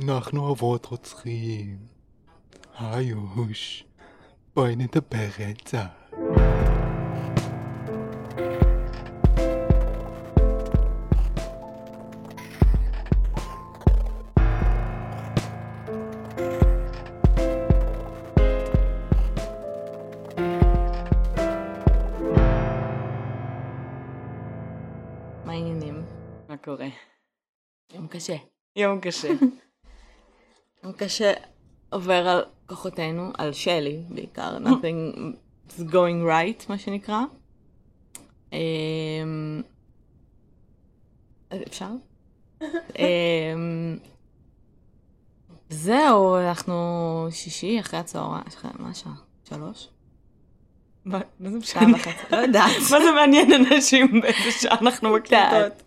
אנחנו אוהבות רוצחים. היוש, בואי נדבר רצח. מה העניינים? מה קורה? יום קשה. יום קשה. יום קשה עובר על כוחותינו, על שלי בעיקר, nothing is going right, מה שנקרא. אפשר? זהו, אנחנו שישי אחרי הצהריים, מה השעה? 3? מה זה שעה משנה? וחצי, לא יודעת. מה זה מעניין אנשים באיזה שעה אנחנו מקליטות?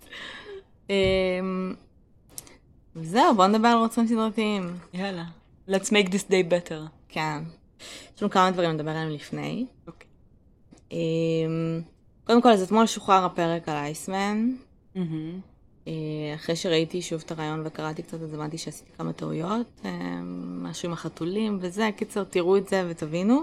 זהו, בואו נדבר על רוצחים סדרתיים. יאללה. Let's make this day better. כן. יש לנו כמה דברים לדבר עליהם לפני. אוקיי. קודם כל, אז אתמול שוחרר הפרק על אייסמן. אחרי שראיתי שוב את הרעיון וקראתי קצת, אז הבנתי שעשיתי כמה טעויות. משהו עם החתולים וזה. קיצר, תראו את זה ותבינו.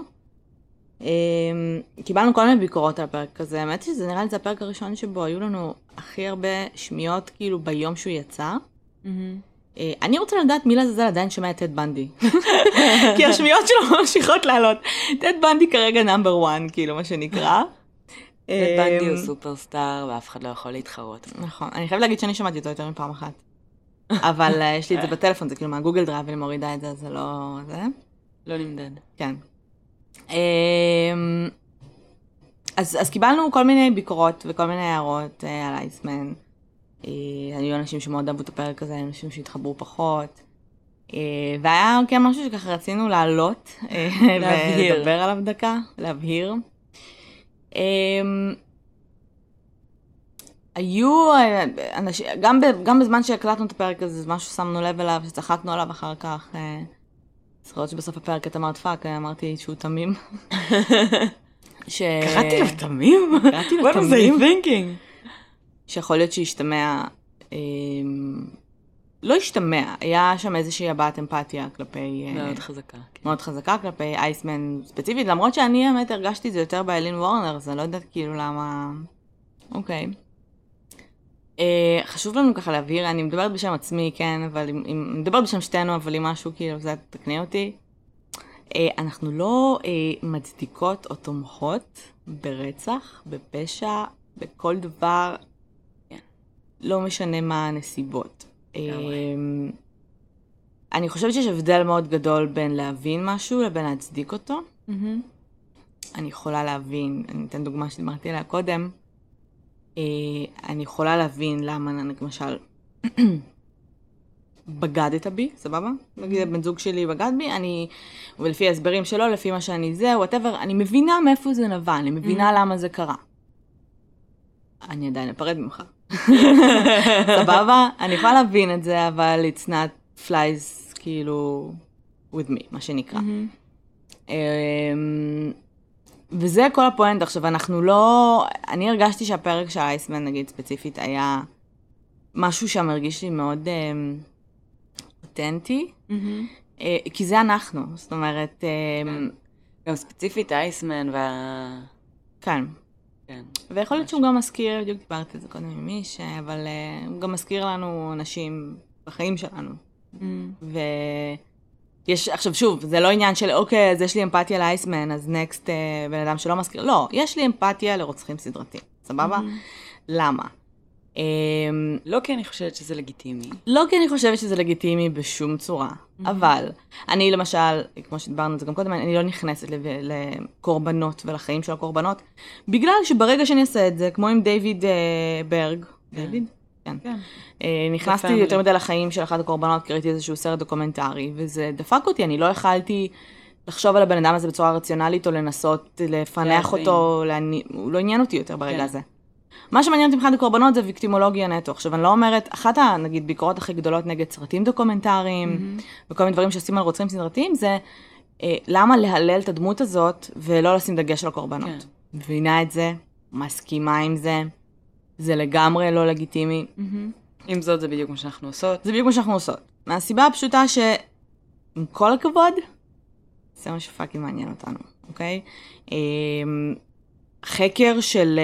קיבלנו כל מיני ביקורות על הפרק הזה. האמת שזה נראה לי זה הפרק הראשון שבו היו לנו הכי הרבה שמיות כאילו ביום שהוא יצא. אני רוצה לדעת מי לזלזל עדיין שומע את טד בנדי. כי השמיות שלו ממשיכות לעלות. טד בנדי כרגע נאמבר 1, כאילו מה שנקרא. טד בנדי הוא סופרסטאר ואף אחד לא יכול להתחרות. נכון. אני חייבת להגיד שאני שמעתי אותו יותר מפעם אחת. אבל יש לי את זה בטלפון, זה כאילו מהגוגל דרייב, ואני מורידה את זה, זה לא... זה? לא נמדד. כן. אז קיבלנו כל מיני ביקורות וכל מיני הערות על אייסמן. היו אנשים שמאוד אהבו את הפרק הזה, אנשים שהתחברו פחות. והיה כן משהו שככה רצינו לעלות, ולדבר עליו דקה, להבהיר. היו אנשים, גם בזמן שהקלטנו את הפרק הזה, זה משהו ששמנו לב אליו, שצחקנו עליו אחר כך. זכרות שבסוף הפרק את אמרת פאק, אמרתי שהוא תמים. קראתי לו תמים? קראתי לו תמים. What was I thinking? שיכול להיות שהשתמע, לא השתמע, היה שם איזושהי הבעת אמפתיה כלפי... מאוד חזקה. מאוד חזקה כלפי אייסמן ספציפית, למרות שאני האמת הרגשתי את זה יותר באלין וורנר, אז אני לא יודעת כאילו למה... אוקיי. חשוב לנו ככה להבהיר, אני מדברת בשם עצמי, כן, אבל אם מדברת בשם שתינו, אבל אם משהו כאילו, זה תקני אותי. אנחנו לא מצדיקות או תומכות ברצח, בפשע, בכל דבר, לא משנה מה הנסיבות. אני חושבת שיש הבדל מאוד גדול בין להבין משהו לבין להצדיק אותו. אני יכולה להבין, אני אתן דוגמה שדיברתי עליה קודם, אני יכולה להבין למה, למשל, בגדת בי, סבבה? נגיד, בן זוג שלי בגד בי, ולפי ההסברים שלו, לפי מה שאני זה, whatever, אני מבינה מאיפה זה נבע, אני מבינה למה זה קרה. אני עדיין אפרד ממך. סבבה? אני יכולה להבין את זה, אבל it's not flies, כאילו, with me, מה שנקרא. וזה כל הפואנט. עכשיו, אנחנו לא... אני הרגשתי שהפרק של אייסמן, נגיד, ספציפית, היה משהו שם הרגיש לי מאוד אותנטי, כי זה אנחנו, זאת אומרת... גם ספציפית אייסמן כן. כן. ויכול להיות שהוא גם מזכיר, בדיוק דיברתי את זה קודם עם מיש, אבל הוא גם מזכיר לנו אנשים בחיים שלנו. ויש, עכשיו שוב, זה לא עניין של, אוקיי, אז יש לי אמפתיה לאייסמן, אז נקסט בן אדם שלא מזכיר. לא, יש לי אמפתיה לרוצחים סדרתיים. סבבה? למה? לא כי אני חושבת שזה לגיטימי. לא כי אני חושבת שזה לגיטימי בשום צורה. אבל אני למשל, כמו שדיברנו את זה גם קודם, אני לא נכנסת לקורבנות ולחיים של הקורבנות, בגלל שברגע שאני אעשה את זה, כמו עם דיוויד ברג, דיוויד? כן. נכנסתי יותר מדי לחיים של אחד הקורבנות, כי ראיתי איזשהו סרט דוקומנטרי, וזה דפק אותי, אני לא יכלתי לחשוב על הבן אדם הזה בצורה רציונלית, או לנסות לפענח אותו, הוא לא עניין אותי יותר ברגע הזה. מה שמעניין אותי מבחינת הקורבנות זה ויקטימולוגיה נטו. עכשיו, אני לא אומרת, אחת נגיד, ביקורות הכי גדולות נגד סרטים דוקומנטריים, וכל מיני דברים שעושים על רוצחים סדרתיים, זה למה להלל את הדמות הזאת, ולא לשים דגש על הקורבנות. מבינה את זה, מסכימה עם זה, זה לגמרי לא לגיטימי. עם זאת, זה בדיוק מה שאנחנו עושות. זה בדיוק מה שאנחנו עושות. מהסיבה הפשוטה שעם כל הכבוד, זה מה שפאקינג מעניין אותנו, אוקיי? חקר של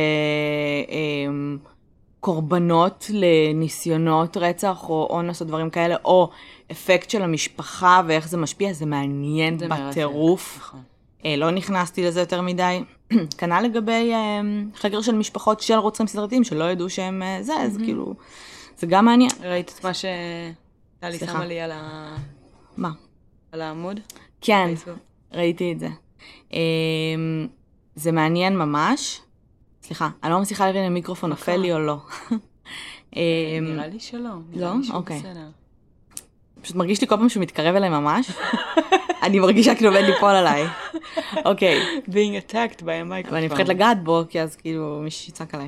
קורבנות לניסיונות רצח או אונס או דברים כאלה, או אפקט של המשפחה ואיך זה משפיע, זה מעניין בטירוף. נכון. לא נכנסתי לזה יותר מדי. כנ"ל לגבי חקר של משפחות של רוצחים סדרתיים, שלא ידעו שהם זה, אז כאילו, זה גם מעניין. ראית את מה שטלי שמה לי על מה? על העמוד? כן, ראיתי את זה. זה מעניין ממש. סליחה, אני לא מצליחה להבין אם המיקרופון נופל לי או לא. נראה לי שלא. לא? אוקיי. פשוט מרגיש לי כל פעם שהוא מתקרב אליי ממש. אני מרגישה כאילו עומד ליפול עליי. אוקיי. being attacked by a microphone. ואני מפחדת לגעת בו, כי אז כאילו מישהו יצעק עליי.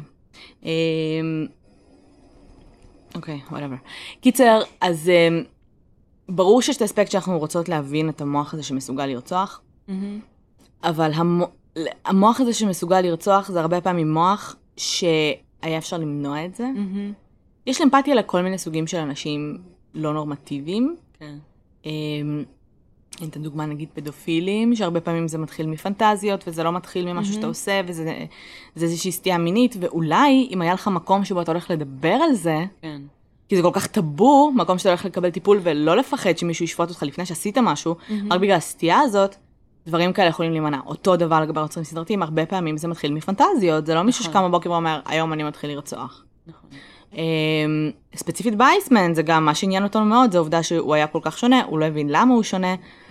אוקיי, whatever. קיצר, אז ברור שיש את האספקט שאנחנו רוצות להבין את המוח הזה שמסוגל לרצוח, אבל המוח הזה שמסוגל לרצוח זה הרבה פעמים מוח שהיה אפשר למנוע את זה. יש אמפתיה לכל מיני סוגים של אנשים לא נורמטיביים. כן. אין את הדוגמה נגיד פדופילים, שהרבה פעמים זה מתחיל מפנטזיות, וזה לא מתחיל ממשהו שאתה עושה, וזה איזושהי סטייה מינית, ואולי אם היה לך מקום שבו אתה הולך לדבר על זה, כן. כי זה כל כך טאבו, מקום שאתה הולך לקבל טיפול, ולא לפחד שמישהו ישפוט אותך לפני שעשית משהו, רק בגלל הסטייה הזאת, דברים כאלה יכולים להימנע. אותו דבר לגבי רוצחים סדרתיים, הרבה פעמים זה מתחיל מפנטזיות, זה לא מישהו שקם בבוקר ואומר, היום אני מתחיל לרצוח. נכון. ספציפית באייסמן, זה גם מה שעניין אותנו מאוד, זה העובדה שהוא היה כל כך שונה, הוא לא הבין למה הוא שונה,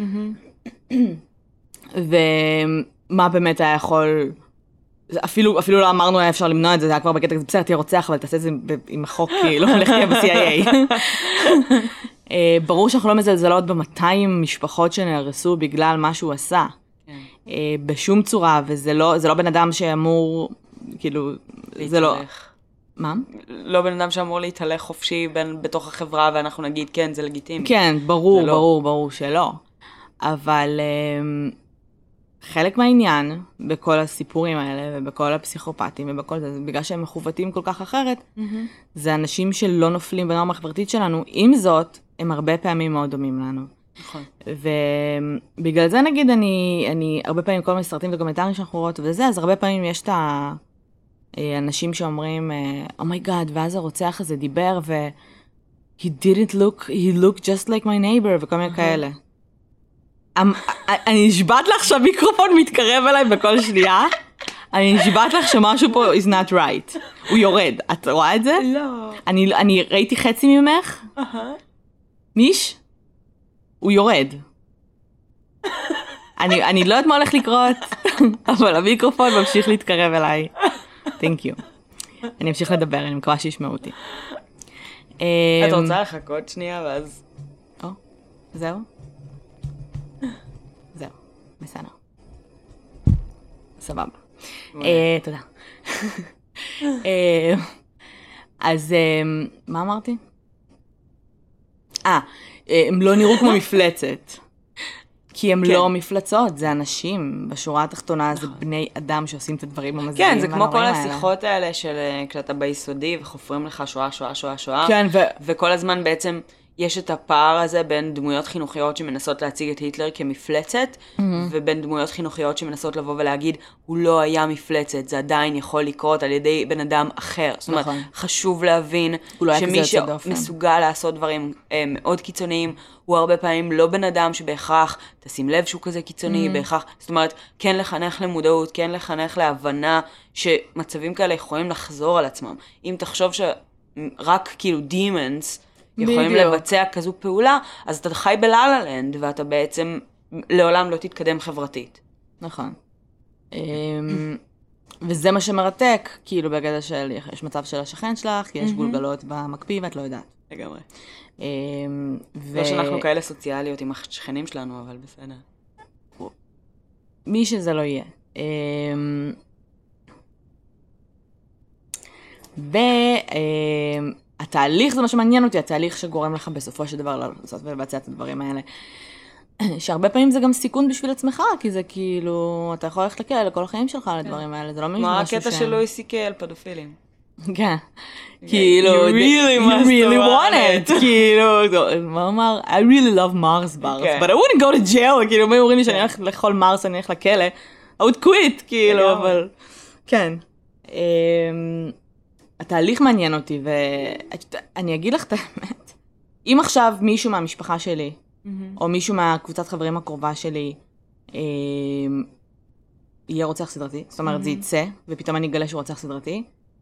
ומה באמת היה יכול, אפילו לא אמרנו היה אפשר למנוע את זה, זה היה כבר בקטע, בסדר, תהיה רוצח, אבל תעשה את זה עם החוק, לא הולך תהיה ב-CIA. ברור שאנחנו לא מזלזלות ב-200 משפחות שנהרסו בגלל מה שהוא עשה, בשום צורה, וזה לא בן אדם שאמור, כאילו, זה לא... מה? לא בן אדם שאמור להתהלך חופשי בתוך החברה, ואנחנו נגיד, כן, זה לגיטימי. כן, ברור שלא. אבל חלק מהעניין בכל הסיפורים האלה, ובכל הפסיכופטים, ובכל זה, בגלל שהם מחוותים כל כך אחרת, זה אנשים שלא נופלים בנורמה החברתית שלנו. עם זאת, הם הרבה פעמים מאוד דומים לנו. נכון. ובגלל זה נגיד, אני הרבה פעמים כל מיני סרטים ודוקומנטריים שאנחנו רואות וזה, אז הרבה פעמים יש את אנשים שאומרים, אומייגאד, ואז הרוצח הזה דיבר, he looked just like my neighbor, וכל מיני כאלה. אני נשבעת לך שהמיקרופון מתקרב אליי בכל שנייה, אני נשבעת לך שמשהו פה is not right. הוא יורד, את רואה את זה? לא. אני ראיתי חצי ממך? מיש? הוא יורד. אני לא יודעת מה הולך לקרות, אבל המיקרופון ממשיך להתקרב אליי. Thank you. אני אמשיך לדבר, אני מקווה שישמעו אותי. את רוצה לחכות שנייה ואז... זהו? זהו, בסדר. סבבה. תודה. אז מה אמרתי? הם לא נראו כמו מפלצת. כי הם לא מפלצות, זה אנשים. בשורה התחתונה זה בני אדם שעושים את הדברים המזהים. כן, זה כמו כל השיחות האלה של כשאתה ביסודי וחופרים לך שואה. כן, וכל הזמן בעצם יש את הפער הזה בין דמויות חינוכיות שמנסות להציג את היטלר כמפלצת, ובין דמויות חינוכיות שמנסות לבוא ולהגיד, הוא לא היה מפלצת, זה עדיין יכול לקרות על ידי בן אדם אחר. זאת אומרת, חשוב להבין שמי שמסוגל לעשות דברים מאוד קיצוניים, הוא הרבה פעמים לא בן אדם שבהכרח תשים לב שהוא כזה קיצוני, בהכרח, זאת אומרת, כן לחנך למודעות, כן לחנך להבנה שמצבים כאלה יכולים לחזור על עצמם. אם תחשוב שרק כאילו demons יכולים לבצע כזו פעולה, אז אתה חי בלה-לה לנד, ואתה בעצם לעולם לא תתקדם חברתית. נכון. וזה מה שמרתק, כאילו בגלל של, יש מצב של השכן שלך, כי יש גולגלות במקפיא ואת לא יודעת. לגמרי. לא שאנחנו כאלה סוציאליות עם השכנים שלנו, אבל בסדר. מי שזה לא יהיה. התהליך זה מה שמעניין אותי, התהליך שגורם לך בסופו של דבר לעשות ולבצע את הדברים האלה. שהרבה פעמים זה גם סיכון בשביל עצמך, כי זה כאילו, אתה יכול ללכת לכלא לכל החיים שלך על הדברים האלה, זה לא משהו מה הקטע של לואי סי.קיי על פדופילים? כן. כאילו, you really you must really want want it, כאילו, מה הוא אמר? I really love Mars bars, כן. but I wouldn't go to jail, כאילו, מה אומרים לי שאני הולך לאכול מרס, אני הולך לכלא, I would quit, כאילו, אבל, כן. התהליך מעניין אותי, ואני אגיד לך את האמת, אם עכשיו מישהו מהמשפחה שלי, או מישהו מהקבוצת חברים הקרובה שלי, יהיה רוצח סדרתי, זאת אומרת, זה יצא, ופתאום אני אגלה שהוא רוצח סדרתי,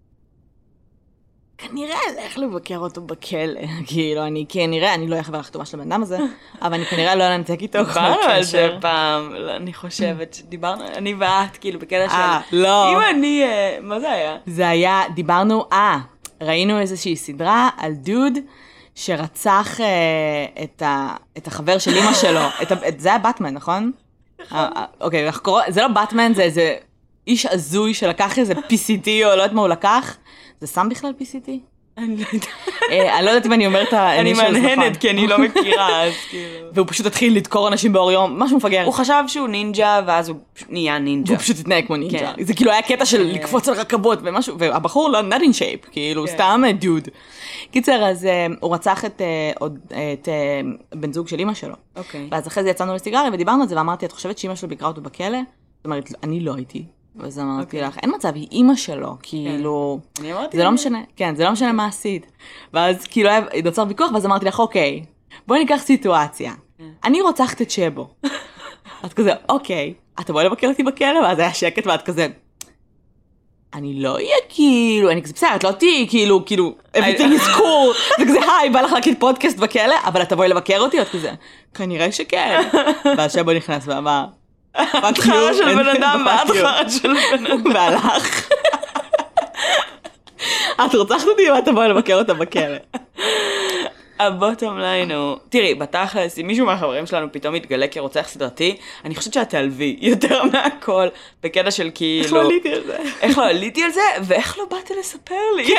כנראה אלך לבקר אותו בכלא, כאילו, אני לא אחבר לכתובה של הבן אדם הזה, אבל אני כנראה לא אנתק איתו. דיברנו על זה פעם, אני חושבת שדיברנו, אני ואת, כאילו, בקטע של... לא. אם אני, מה זה היה? זה היה, דיברנו, ראינו איזושהי סדרה על דוד שרצח את החבר של אמא שלו, זה היה באטמן, נכון? אוקיי, זה לא באטמן, זה איזה איש עזוי שלקח איזה PCT או לא יודעת מה הוא לקח, זה שם בכלל PCT? אני לא יודעת. אני לא יודעת אם אני אומרת את האינישלס נכון. אני מהנהנת כי אני לא מכירה, אז כאילו... והוא פשוט התחיל לדקור אנשים באור יום, משהו מפגר. הוא חשב שהוא נינג'ה, ואז הוא נהיה נינג'ה. והוא פשוט התנהג כמו נינג'ה. זה כאילו היה קטע של לקפוץ על רכבות ומשהו, והבחור לא not in shape, כאילו סתם דוד. קיצר, אז הוא רצח את בן זוג של אמא שלו. ואז אחרי זה יצאנו לסיגריה ודיברנו על זה, ואמרתי, את חושבת שאמא שלו ביקרה אותו בכלא? זאת אומרת, אני לא הייתי. ואז אמרתי לך, אין מצב, היא אימא שלו, כאילו, זה לא משנה, כן, זה לא משנה מה עשית. ואז כאילו נוצר ויכוח, ואז אמרתי לך, אוקיי, בואי ניקח סיטואציה. אני רוצחת את שבו. את כזה, אוקיי, את תבואי לבקר אותי בכלא, ואז היה שקט, ואת כזה, אני לא אהיה כאילו, אני כזה בסדר, את לא תהיי, כאילו, everything is cool, זה כזה, היי, בא לך להקליט פודקאסט בכלא, אבל את תבואי לבקר אותי, את כזה, כנראה שכן. ואז שבו נכנס ואמר, את חרה של בן אדם, ואת חרה של בן אדם. והלך. את רוצחת אותי ואת תבואי לבקר אותה בכלא. הבוטום ליין הוא... תראי, בתכלס, אם מישהו מהחברים שלנו פתאום יתגלה כרוצח סדרתי, אני חושבת שאת תעלבי יותר מהכל, בקטע של כאילו... איך לא עליתי על זה? איך לא עליתי על זה? ואיך לא באת לספר לי?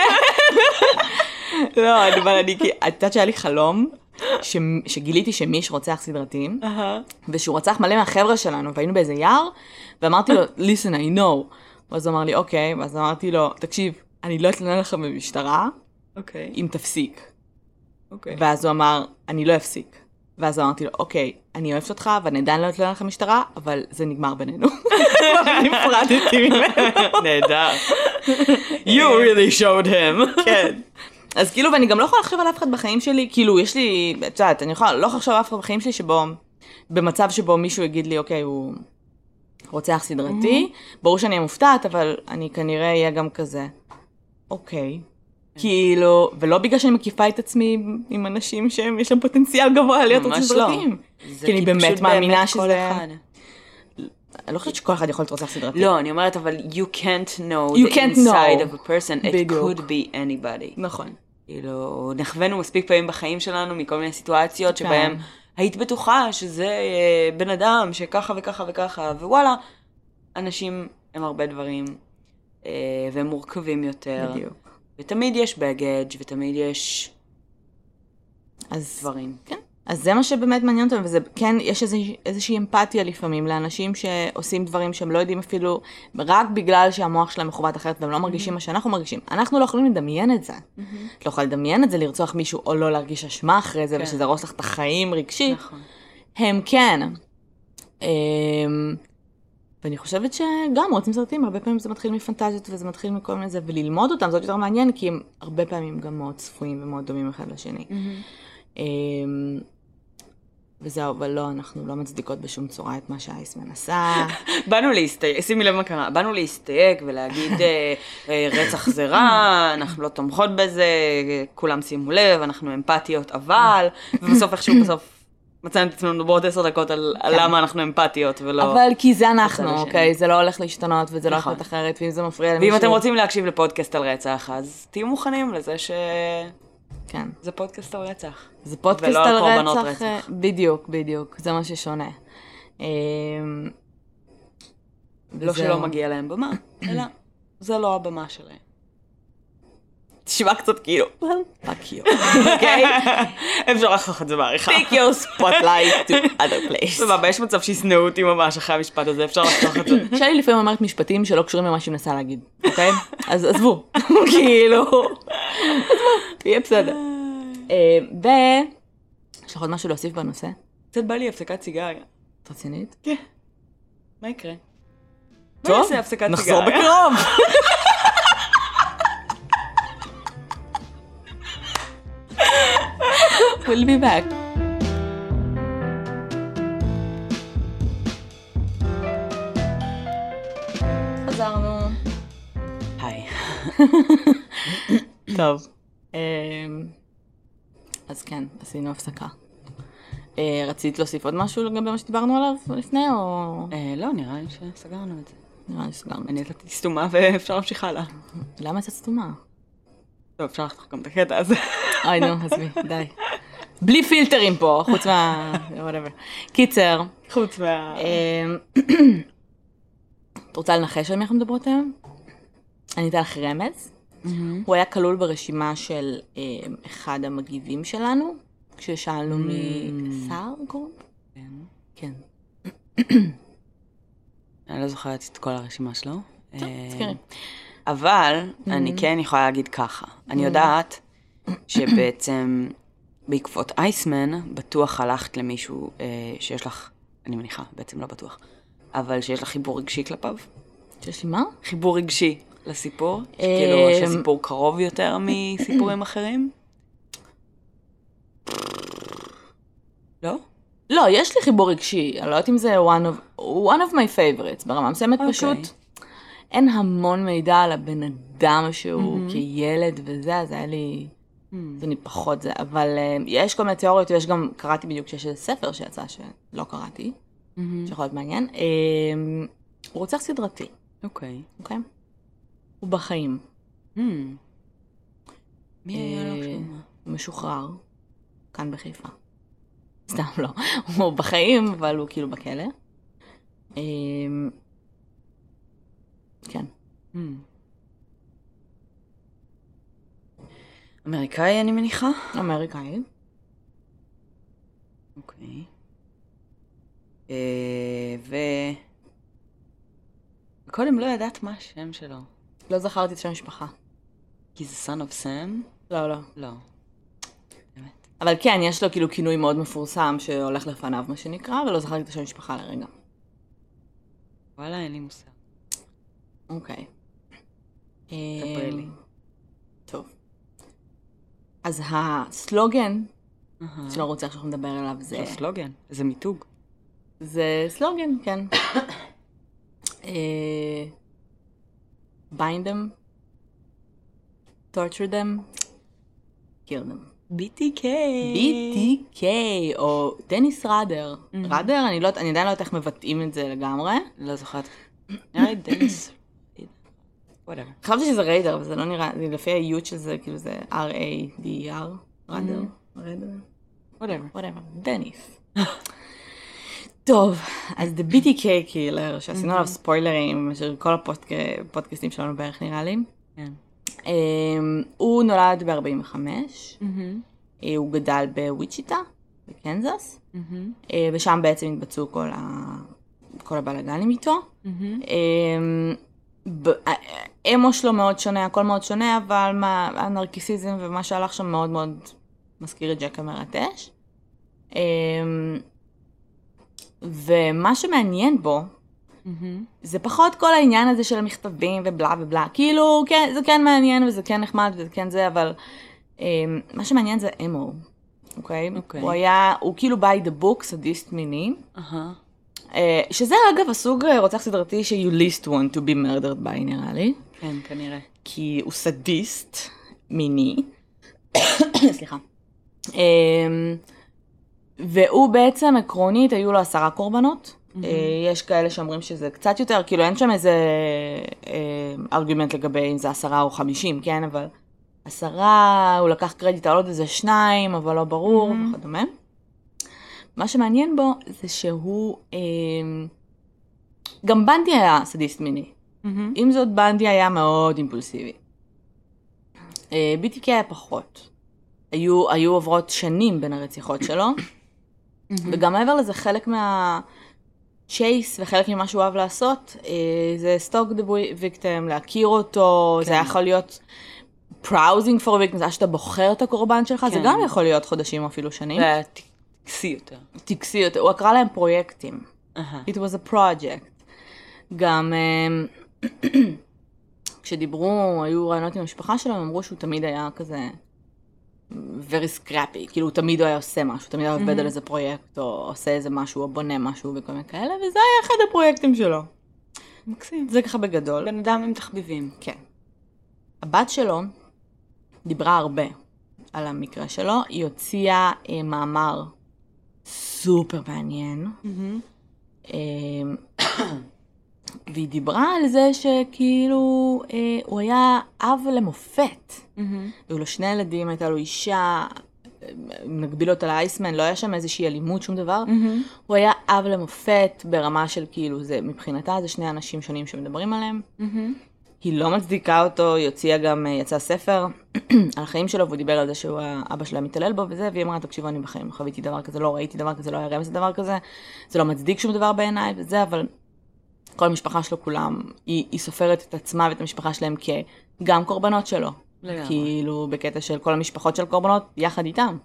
לא, אבל אני... את יודעת שהיה לי חלום, שגיליתי שמיש רוצח סדרתיים, ושהוא רצח מלא מהחבר'ה שלנו, והיינו באיזה יער, ואמרתי לו, listen, I know. ואז הוא אמר לי, אוקיי, ואז אמרתי לו, תקשיב, אני לא אתלונן לך במשטרה, אם תפסיק. ואז הוא אמר, אני לא אפסיק. ואז אמרתי לו, אוקיי, אני אוהבת אותך, ואני עדיין לא אתלונן לך במשטרה, אבל זה נגמר בינינו. נפרדתי ממנו. נהדר. You really showed him. כן. אז כאילו, ואני גם לא יכולה לחשוב על אף אחד בחיים שלי, כאילו, יש לי, את יודעת, אני לא יכולה לחשוב על אף אחד בחיים שלי שבו, במצב שבו מישהו יגיד לי, אוקיי, הוא רוצח סדרתי, ברור שאני מופתעת, אבל אני כנראה אהיה גם כזה, אוקיי. כאילו, ולא בגלל שאני מקיפה את עצמי עם אנשים שיש להם פוטנציאל גבוה להיות רוצחים סדרתיים. כי אני באמת מאמינה שזה... אני לא חושבת שכל אחד יכול להיות רוצח סדרתי. לא, אני אומרת, אבל you can't know the inside of a person. It could be anybody. נכון. כאילו, נחווינו מספיק פעמים בחיים שלנו מכל מיני סיטואציות שבהם היית בטוחה שזה בן אדם שככה וככה וככה, ווואלה, אנשים הם הרבה דברים, והם מורכבים יותר. בדיוק. ותמיד יש בגאג' ותמיד יש דברים. כן. אז זה מה שבאמת מעניין אותם, וזה כן, יש איזושהי אמפתיה לפעמים לאנשים שעושים דברים שהם לא יודעים אפילו, רק בגלל שהמוח שלהם מכוות אחרת, והם לא מרגישים מה שאנחנו מרגישים. אנחנו לא יכולים לדמיין את זה. את לא יכולה לדמיין את זה, לרצוח מישהו, או לא להרגיש אשמה אחרי זה, ושזה רוס לך את החיים רגשית. הם כן. ואני חושבת שגם רוצים סרטים, הרבה פעמים זה מתחיל מפנטזיות, וזה מתחיל מכל מיני זה, וללמוד אותם, זה עוד יותר מעניין, כי הם הרבה פעמים גם מאוד צפויים ומאוד דומים אחד לשני. וזהו, אבל לא, אנחנו לא מצדיקות בשום צורה את מה שהאייס מנסה. באנו להסתייג, שימי לב מה קרה, באנו להסתייג ולהגיד רצח זה רע, אנחנו לא תומכות בזה, כולם שימו לב, אנחנו אמפתיות, אבל, ובסוף איכשהו בסוף מצאנו את עצמנו מדברות 10 דקות על למה אנחנו אמפתיות ולא... אבל כי זה אנחנו, אוקיי? זה לא הולך להשתנות וזה לא הולך להיות אחרת, ואם זה מפריע למישהו... ואם אתם רוצים להקשיב לפודקאסט על רצח, אז תהיו מוכנים לזה כן. זה פודקאסט על רצח. זה פודקאסט על רצח. בדיוק, בדיוק. זה מה ששונה. לא שלא מגיע להם במה, אלא זה לא הבמה שלהם. תשמע קצת כאילו, well, fuck you, אוקיי? אפשר לחתוך את זה בעריכה. Take your spotlight to other place. סבבה, יש מצב שישנאו אותי ממש אחרי המשפט הזה, אפשר לחתוך את זה. שלי לפעמים אומרת משפטים שלא קשורים למה שהיא מנסה להגיד, אוקיי? אז עזבו, כאילו, עזבו, יהיה בסדר. יש לך עוד משהו להוסיף בנושא? קצת בא לי הפסקת סיגריה. את רצינית? כן. מה יקרה? טוב, נעשה הפסקת נחזור סיגריה. בקרוב. We'll be back. חזרנו. היי. טוב. אז כן, עשינו הפסקה. רצית להוסיף עוד משהו לגבי מה שדיברנו עליו לפני, או... לא, נראה לי שסגרנו את זה. נראה לי שסגרנו. אני נתתי סתומה ואפשר להמשיך הלאה. למה יצאת סתומה? טוב, אפשר לחתוך גם את הקטע הזה. אוי, נו, עזבי, די. בלי פילטרים פה, חוץ מה... whatever. קיצר. חוץ מה... את רוצה לנחש על מי אנחנו מדברות היום? אני אתן לך רמז. הוא היה כלול ברשימה של אחד המגיבים שלנו, כששאלנו משר קוראים? כן. אני לא זוכרת את כל הרשימה שלו. תזכרי. אבל אני כן יכולה להגיד ככה. אני יודעת שבעצם בעקבות אייסמן, בטוח הלכת למישהו שיש לך, אני מניחה, בעצם לא בטוח, אבל שיש לך חיבור רגשי כלפיו. שיש לי מה? חיבור רגשי לסיפור, כאילו שהסיפור קרוב יותר מסיפורים אחרים. לא? לא, יש לי חיבור רגשי, אני לא יודעת אם זה one of my favorites, ברמה מסוימת פשוט. אין המון מידע על הבן אדם שהוא כילד וזה, אז היה לי, זה אני פחות זה, אבל יש כל מיני תיאוריות, ויש גם, קראתי בדיוק שיש איזה ספר שיצא שלא קראתי, שיכול להיות מעניין. הוא רוצח סדרתי. אוקיי. אוקיי? הוא בחיים. מי היה לו שם? הוא משוחרר, כאן בחיפה. סתם לא. הוא בחיים, אבל הוא כאילו בכלא. כן. אמריקאי, אני מניחה? אמריקאי. אוקיי. קודם לא ידעת מה השם שלו. לא זכרתי את שם המשפחה. כי זה son of Sam? לא, לא. לא. באמת. אבל כן, יש לו כאילו כינוי מאוד מפורסם שהולך לפניו, מה שנקרא, ולא זכרתי את השם המשפחה לרגע. וואלה, אין לי מושג. אוקיי. ספרי לי. טוב. אז הסלוגן של הרוצח שאנחנו נדבר עליו זה... זה סלוגן, זה מיתוג. זה סלוגן, כן. bind them, torture them, kill them. BTK. BTK, או דניס ראדר. ראדר, אני עדיין לא יודעת איך מבטאים את זה לגמרי. לא זוכרת. נראה לי דניס. whatever. חשבתי שזה ריידר, אבל זה לא נראה, לפי האיות של זה, כאילו זה R-A-D-E-R, ראדר, ריידר. whatever, דניס. טוב, אז The BTK Killer, שעשינו עליו ספוילרים, של כל הפודקאסטים שלנו בערך נראה לי. כן. הוא נולד ב-45, הוא גדל בוויצ'יטה, בקנזס, ושם בעצם התבצעו כל הבלגנים איתו. אמו שלו מאוד שונה, הכל מאוד שונה, אבל הנרקיסיזם ומה שהלך שם מאוד מאוד מזכיר את ג'ק המרטש. ומה שמעניין בו, זה פחות כל העניין הזה של המכתבים ובלה ובלה. כאילו, כן, זה כן מעניין וזה כן נחמד וזה כן זה, אבל מה שמעניין זה אמו, אוקיי? הוא כאילו by the book, סדיסט מיני. שזה אגב הסוג רוצח סדרתי ש-you least want to be murdered by, נראה לי. כן, כנראה. כי הוא סדיסט מיני. סליחה. והוא בעצם עקרונית, היו לו 10 קורבנות. יש כאלה שאומרים שזה קצת יותר, כאילו אין שם איזה ארגומנט לגבי אם זה 10 או 50, כן? אבל 10, הוא לקח קרדיט על עוד איזה 2, אבל לא ברור, וכדומה. מה שמעניין בו זה שהוא, גם בנדי היה סדיסט מיני. עם זאת, בנדי היה מאוד אימפולסיבי. BTK היה פחות. היו עוברות שנים בין הרציחות שלו, וגם מעבר לזה חלק צ'ייס וחלק ממה שהוא אוהב לעשות, זה סטוק דה ויקטם, להכיר אותו, זה יכול להיות פראוזינג פור ויקטם, זה שאתה בוחר את הקורבן שלך, זה גם יכול להיות חודשים או אפילו שנים. זה טקסי יותר. טקסי יותר, הוא אקרא להם פרויקטים. It was a project. גם כשדיברו, היו רעיונות עם המשפחה שלו, הם אמרו שהוא תמיד היה כזה very scrappy, כאילו הוא תמיד היה עושה משהו, תמיד היה עובד על איזה פרויקט, או עושה איזה משהו, או בונה משהו וכל מיני כאלה, וזה היה אחד הפרויקטים שלו. מקסים. זה ככה בגדול. בן אדם עם תחביבים. כן. הבת שלו דיברה הרבה על המקרה שלו, היא הוציאה מאמר סופר מעניין, והיא דיברה על זה שכאילו הוא היה אב למופת. היו לו 2 ילדים, הייתה לו אישה, נגביל אותה לאייסמן, לא היה שם איזושהי אלימות, שום דבר. הוא היה אב למופת ברמה של כאילו, זה מבחינתה, זה 2 אנשים שונים שמדברים עליהם. היא לא מצדיקה אותו, היא הוציאה גם, יצא ספר על החיים שלו, והוא דיבר על זה שהוא האבא שלה מתעלל בו וזה, והיא אמרה, תקשיבו, אני בחיים חוויתי דבר כזה, לא ראיתי דבר כזה, לא היה רמז דבר כזה, זה לא מצדיק שום דבר בעיניי וזה, אבל כל המשפחה שלו כולם, היא סופרת את עצמה ואת המשפחה שלהם כגם קורבנות שלו. לגמרי. כאילו בקטע של כל המשפחות של קורבנות יחד איתם.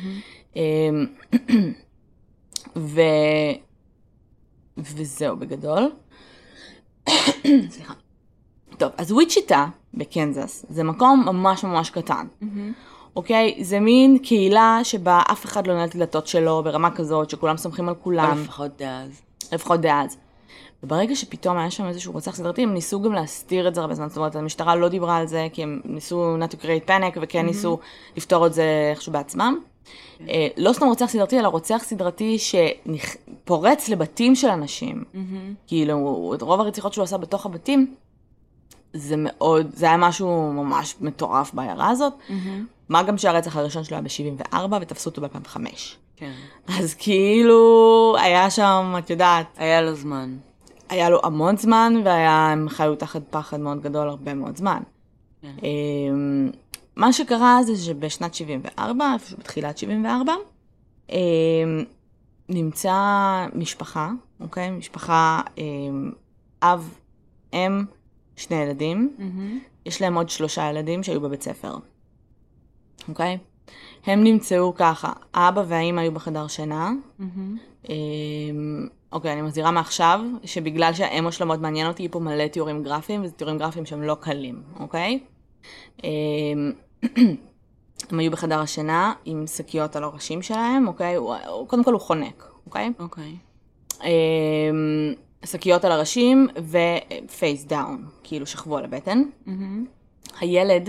וזהו בגדול. סליחה. טוב, אז וויצ'יטה בקנזס זה מקום ממש ממש קטן. אוקיי? זה מין קהילה שבה אף אחד לא נעל את הדלתות שלו ברמה כזאת, שכולם סומכים על כולם. לפחות דאז. וברגע שפתאום היה שם איזשהו רוצח סדרתי, הם ניסו גם להסתיר את זה הרבה זמן, זאת אומרת, המשטרה לא דיברה על זה, כי הם ניסו not to create panic, וכן ניסו לפתור את זה איכשהו בעצמם. לא סתם רוצח סדרתי, אלא רוצח סדרתי שפורץ לבתים של אנשים. כאילו, את רוב הרציחות שהוא עשה בתוך הבתים, זה היה משהו ממש מטורף בעיירה הזאת. מה גם שהרצח הראשון שלו היה ב-74, ותפסו אותו ב-2005. כן. אז כאילו, היה שם, את יודעת, היה לו זמן. היה לו המון זמן, והם חיו תחת פחד מאוד גדול הרבה מאוד זמן. מה שקרה זה שבשנת 74, איפשהו בתחילת 74, נמצא משפחה, אוקיי? משפחה, אב, אם, 2 ילדים. יש להם עוד 3 ילדים שהיו בבית ספר. אוקיי? הם נמצאו ככה, האבא והאמא היו בחדר שינה. אוקיי, אני מזהירה מעכשיו, שבגלל שהאמו שלה מאוד מעניין אותי, היא פה מלא תיאורים גרפיים, וזה תיאורים גרפיים שהם לא קלים, אוקיי? הם היו בחדר השינה עם שקיות על הראשים שלהם, אוקיי? קודם כל הוא חונק, אוקיי? אוקיי. שקיות על הראשים ופייס דאון, כאילו שכבו על הבטן. הילד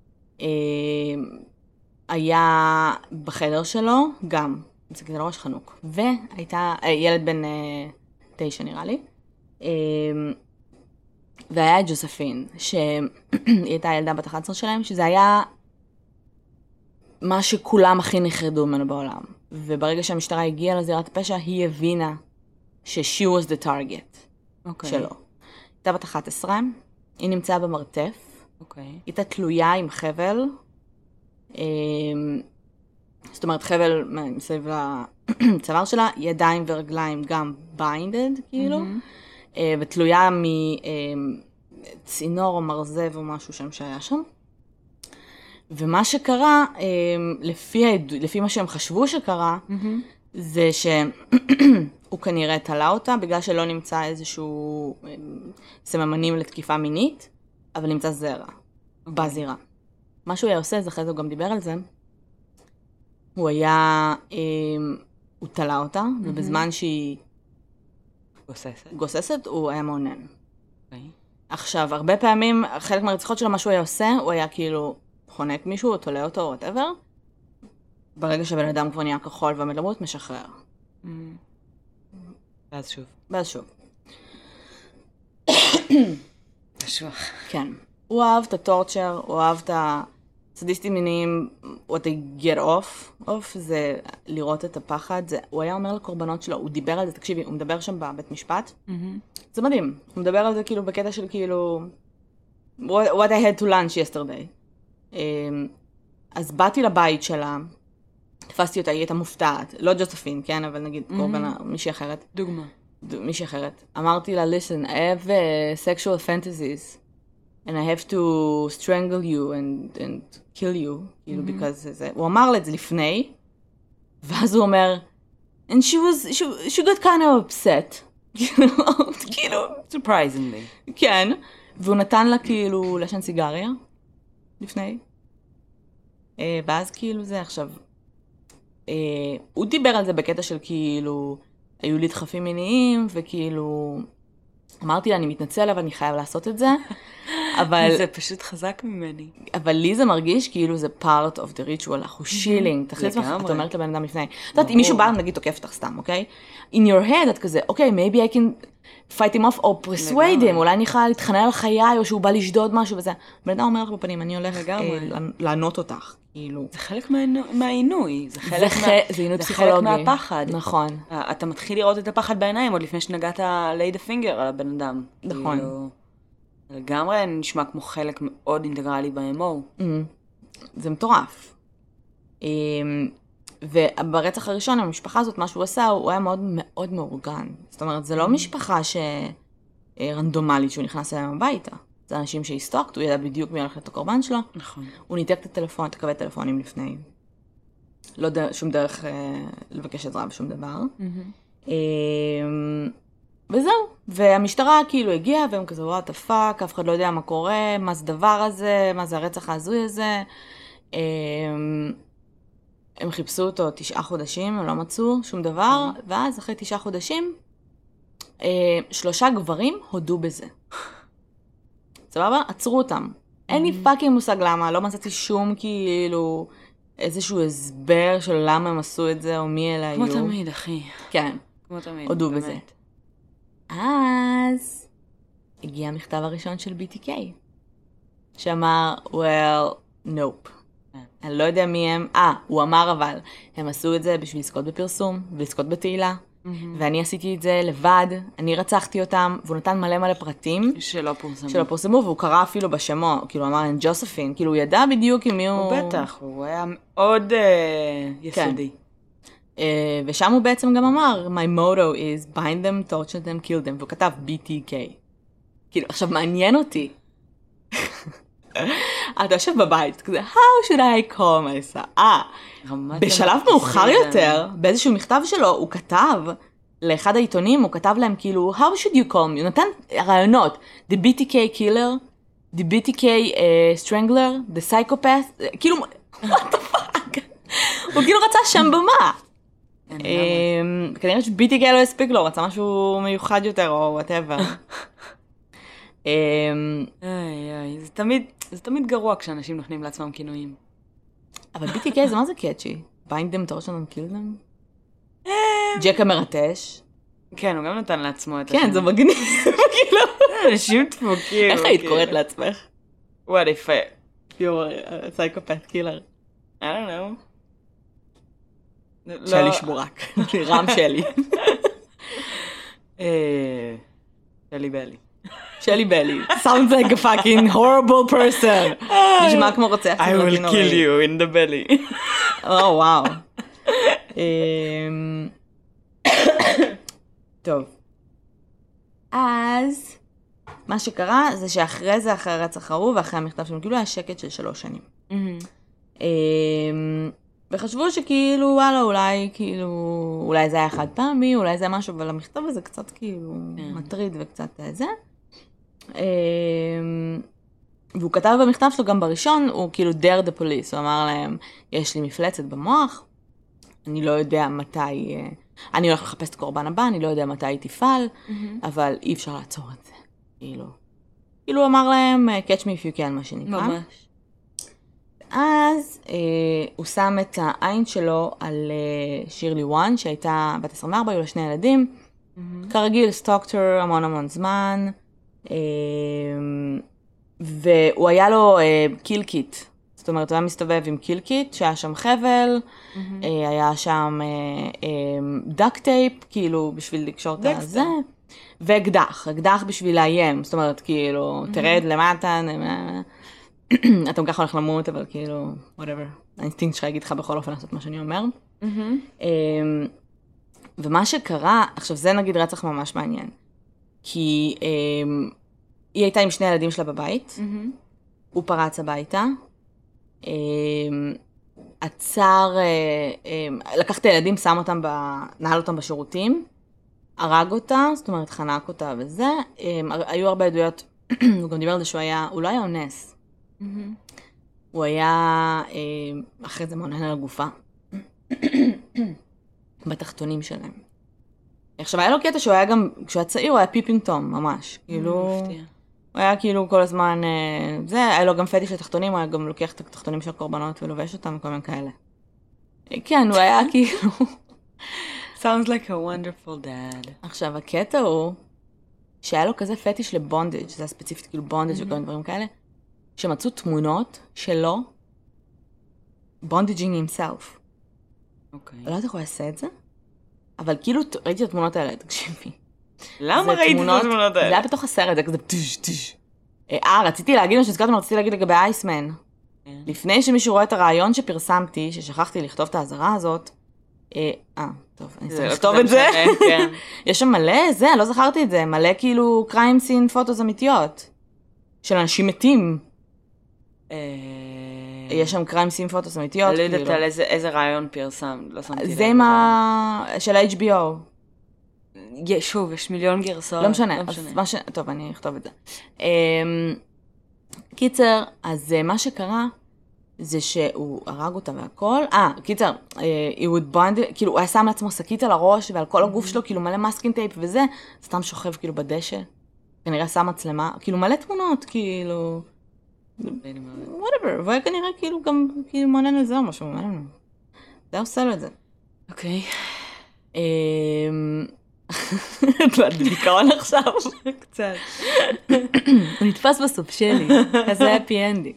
היה בחדר שלו, גם, זה כזה לראש חנוק. והייתה, ילד בן 9 נראה לי, והיה ג'וספין, שהיא הייתה ילדה בת 11 שלהם, שזה היה מה שכולם הכי נחרדו ממנו בעולם. וברגע שהמשטרה הגיעה לזירת הפשע, היא הבינה ש-she was the target שלו. הייתה בת 11, היא נמצאה במרתף, היא הייתה תלויה עם חבל, זאת אומרת חבל מסביב לצוואר שלה, ידיים ורגליים גם ביינדד, כאילו, ותלויה מצינור או מרזב או משהו שם שהיה שם. ומה שקרה, לפי מה שהם חשבו שקרה, זה שהוא כנראה תלה אותה, בגלל שלא נמצא איזשהו סממנים לתקיפה מינית, אבל נמצא זרע, בזירה. מה שהוא היה עושה, אחרי זה הוא גם דיבר על זה, הוא תלה אותה, ובזמן שהיא גוססת, הוא היה מעונן. עכשיו, הרבה פעמים, חלק מהרציחות שלו, מה שהוא היה עושה, הוא היה כאילו חונק מישהו, או תולה אותו, או whatever, ברגע שבן אדם כבר נהיה כחול ועמד למות, משחרר. ואז שוב. קשוח. כן. הוא אהב את הטורצ'ר, הוא אהב את הסדיסטים מיניים, what they get off זה לראות את הפחד, הוא היה אומר לקורבנות שלו, הוא דיבר על זה, תקשיבי, הוא מדבר שם בבית משפט, זה מדהים, הוא מדבר על זה כאילו בקטע של כאילו, what I had to lunch yesterday. אז באתי לבית שלה, תפסתי אותה, היא הייתה מופתעת, לא ג'וספין, כן, אבל נגיד קורבנה, מישהי אחרת. דוגמה. מישהי אחרת. אמרתי לה, listen, I have sexual fantasies, and I have to strangle you and kill you, כאילו, because זה, הוא אמר לה את זה לפני, ואז הוא אומר, and she got kind of upset, כאילו, surprisingly. כן, והוא נתן לה כאילו לשן סיגריה, לפני, ואז כאילו זה עכשיו, הוא דיבר על זה בקטע של כאילו, היו לי דחפים מיניים, וכאילו, אמרתי לה, אני מתנצל, אבל אני חייב לעשות את זה, אבל... זה פשוט חזק ממני. אבל לי זה מרגיש כאילו זה part of the ritual, אנחנו שילינג, תחליט לך, את אומרת לבן אדם לפני. את יודעת, אם מישהו בא, נגיד, תוקף אותך סתם, אוקיי? In your head, את כזה, אוקיי, maybe I can fight him off, או persuade him, אולי אני יכולה להתחנן על חיי, או שהוא בא לשדוד משהו וזה. בן אדם אומר לך בפנים, אני הולך לענות אותך, כאילו. זה חלק מהעינוי, זה חלק מהפחד. נכון. אתה מתחיל לראות את הפחד בעיניים, עוד לפני שנגעת ליד הפינגר על הבן אדם. נכון. לגמרי נשמע כמו חלק מאוד אינטגרלי ב-MO. זה מטורף. וברצח הראשון, המשפחה הזאת, מה שהוא עשה, הוא היה מאוד מאוד מאורגן. זאת אומרת, זה לא משפחה רנדומלית שהוא נכנס אליהם הביתה. זה אנשים שהסתוקת, הוא ידע בדיוק מי הולך את הקורבן שלו. נכון. הוא ניתק את הטלפון, את הקווי טלפונים לפני. לא שום דרך לבקש עזרה בשום דבר. וזהו, והמשטרה כאילו הגיעה, והם כזה, what the fuck, אף אחד לא יודע מה קורה, מה זה דבר הזה, מה זה הרצח ההזוי הזה. הם חיפשו אותו 9 חודשים, הם לא מצאו שום דבר, ואז אחרי 9 חודשים, 3 גברים הודו בזה. סבבה? עצרו אותם. אין לי פאקינג מושג למה, לא מצאתי שום כאילו איזשהו הסבר של למה הם עשו את זה, או מי אלה היו. כמו תמיד, אחי. כן. כמו תמיד, הודו באמת. בזה. אז הגיע המכתב הראשון של BTK, שאמר, well, nope. אני לא יודע מי הם. הוא אמר אבל, הם עשו את זה בשביל לזכות בפרסום, ולזכות בתהילה, ואני עשיתי את זה לבד, אני רצחתי אותם, והוא נתן מלא מלא פרטים. שלא פורסמו, והוא קרא אפילו בשמו, כאילו הוא אמר, אין ג'וספין, כאילו הוא ידע בדיוק עם מי הוא... הוא בטח, הוא היה מאוד יסודי. ושם הוא בעצם גם אמר, my motto is bind them, torture them, kill them, והוא כתב BTK. כאילו, עכשיו מעניין אותי. אתה יושב בבית, כזה, how should I call myself? בשלב מאוחר יותר, באיזשהו מכתב שלו, הוא כתב לאחד העיתונים, הוא כתב להם כאילו, how should you call me? הוא נתן רעיונות, the BTK killer, the BTK strangler, the psychopath, כאילו, what the fuck? הוא כאילו רצה שם במה. כנראה ש-BTK לא הספיק לו, רצה משהו מיוחד יותר, או whatever. זה תמיד גרוע כשאנשים נותנים לעצמם כינויים. אבל BTK זה מה זה קאצ'י? bind them, torture them, kill them? ג'ק המרטש. כן, הוא גם נתן לעצמו את כן, זה מגניב. אנשים דפוקים. איך היית קוראת לעצמך? What if you're a psychopath killer? I don't know. שלי שמורק. רם שלי. שלי בלי. שלי בלי. Sounds like a fucking horrible person. נשמע כמו רוצח. I will kill you in the belly. וואו. טוב. אז, מה שקרה זה שאחרי זה, אחרי הרצח ההוא ואחרי המכתב שלנו, כאילו היה שקט של 3 שנים. וחשבו שכאילו, וואלה, אולי זה היה חד פעמי, אולי זה משהו, אבל המכתב הזה קצת כאילו מטריד וקצת זה. והוא כתב במכתב שלו גם בראשון, הוא כאילו dare the police, הוא אמר להם, יש לי מפלצת במוח, אני לא יודע מתי, אני הולך לחפש את הקורבן הבא, אני לא יודע מתי היא תפעל, אבל אי אפשר לעצור את זה, כאילו הוא אמר להם, catch me if you can, מה שנקרא. ממש. אז הוא שם את העין שלו על שירלי וואן, שהייתה בת 24, היו לה 2 ילדים, כרגיל סטוקטר המון זמן, והוא היה לו קיל קיט, זאת אומרת הוא היה מסתובב עם קיל קיט, שהיה שם חבל, היה שם דאק טייפ, כאילו בשביל לקשור את הזה, ואקדח בשביל לאיים, זאת אומרת כאילו תרד למטה, אתה גם ככה הולך למות, אבל כאילו, whatever. האינסטינקט שלך יגיד לך בכל אופן לעשות מה שאני אומר. ומה שקרה, עכשיו זה נגיד רצח ממש מעניין. כי היא הייתה עם שני ילדים שלה בבית, הוא פרץ הביתה, עצר, לקח את הילדים, שם אותם, נהל אותם בשירותים, הרג אותה, זאת אומרת חנק אותה וזה, היו הרבה עדויות, הוא גם דיבר על זה שהוא היה, הוא לא היה אונס, הוא היה, אחרי זה מעונן על הגופה, בתחתונים שלהם. עכשיו היה לו קטע שהוא היה גם, כשהוא היה צעיר הוא היה פיפינג טום ממש, כאילו, הוא היה כאילו כל הזמן, זה, היה לו גם פטיש לתחתונים, הוא היה גם לוקח את התחתונים של הקורבנות ולובש אותם וכל מיני כאלה. כן, הוא היה כאילו... Sounds like a wonderful dad. עכשיו, הקטע הוא שהיה לו כזה פטיש לבונדג', זה היה ספציפית כאילו בונדג' וכל מיני דברים כאלה, שמצאו תמונות שלו, בונדג'ינג himself. אוקיי. לא יודעת איך הוא יעשה את זה, אבל כאילו ראיתי את התמונות האלה, תקשיבי. למה ראיתי את התמונות האלה? זה היה בתוך הסרט, זה כזה טש טש. רציתי להגיד מה שהזכרתם, רציתי להגיד לגבי אייסמן. לפני שמישהו רואה את הרעיון שפרסמתי, ששכחתי לכתוב את האזהרה הזאת, טוב, אני צריך לכתוב את זה. יש שם מלא, זה, לא זכרתי את זה, מלא כאילו קריים סין פוטוס אמיתיות, של אנשים מתים. יש שם קריים סין פוטוס אמיתיות. לא יודעת על איזה רעיון פרסם, לא שמתי לב. זה של ה-HBO. שוב, יש מיליון גרסאות. לא משנה. טוב, אני אכתוב את זה. קיצר, אז מה שקרה, זה שהוא הרג אותה והכל. קיצר, כאילו, הוא היה שם לעצמו שקית על הראש, ועל כל הגוף שלו, כאילו מלא מסקינג טייפ וזה, סתם שוכב כאילו בדשא. כנראה שם מצלמה, כאילו מלא תמונות, כאילו... whatever, והוא היה כנראה כאילו גם, כאילו מעונן על זה או משהו, מעונן לנו. זה היה עושה לו את זה. אוקיי. את בדיכאון עכשיו? קצת. הוא נתפס בסוף שלי, אז זה היה פי אנדי.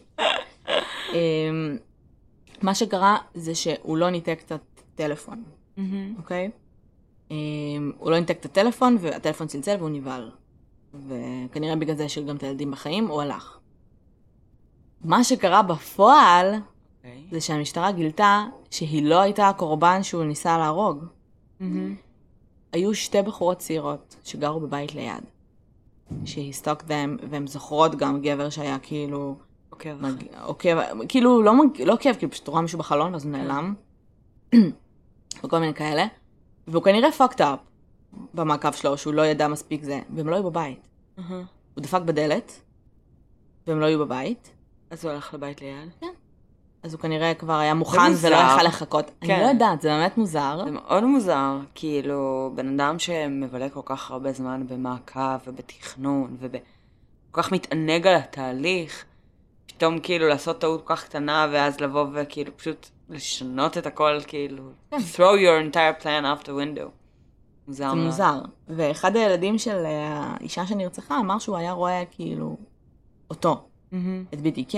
מה שקרה זה שהוא לא ניתק את הטלפון, אוקיי? הוא לא ניתק את הטלפון, והטלפון צלצל והוא נבהל. וכנראה בגלל זה שגם את הילדים בחיים, הוא הלך. מה שקרה בפועל, זה שהמשטרה גילתה שהיא לא הייתה הקורבן שהוא ניסה להרוג. היו שתי בחורות צעירות שגרו בבית ליד. שהסתוק them, והן זוכרות גם גבר שהיה כאילו... עוקב, כאילו לא עוקב, כאילו פשוט רואה מישהו בחלון, אז הוא נעלם. וכל מיני כאלה. והוא כנראה fucked up במעקב שלו, שהוא לא ידע מספיק זה, והם לא היו בבית. הוא דפק בדלת, והם לא היו בבית. אז הוא הלך לבית ליד? כן. אז הוא כנראה כבר היה מוכן ולא יכל לחכות. אני לא יודעת, זה באמת מוזר. זה מאוד מוזר, כאילו, בן אדם שמבלה כל כך הרבה זמן במעקב ובתכנון, וכל כך מתענג על התהליך, פתאום כאילו לעשות טעות כל כך קטנה, ואז לבוא וכאילו פשוט לשנות את הכל, כאילו, throw your entire plan out the window. זה מוזר. ואחד הילדים של האישה שנרצחה אמר שהוא היה רואה כאילו אותו, את BTK,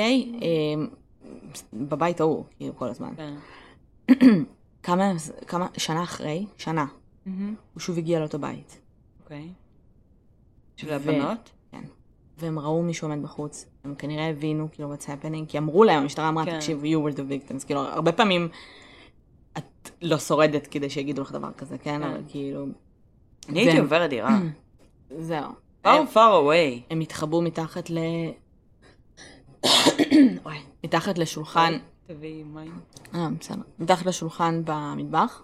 בבית ההוא, כאילו כל הזמן. כמה שנה אחרי, שנה, הוא שוב הגיע לאותו בית. אוקיי. של הבנות? כן. והם ראו מישהו עומד בחוץ. הם כנראה הבינו, כאילו, what's happening, כי אמרו להם, המשטרה אמרה, תקשיב, you were the victims. כאילו, הרבה פעמים את לא שורדת כדי שיגידו לך דבר כזה, כן? אבל כאילו... אני הייתי עוברת דירה. זהו. far away. הם התחבאו מתחת מתחת לשולחן... תביאי מים. בסדר. מתחת לשולחן במטבח.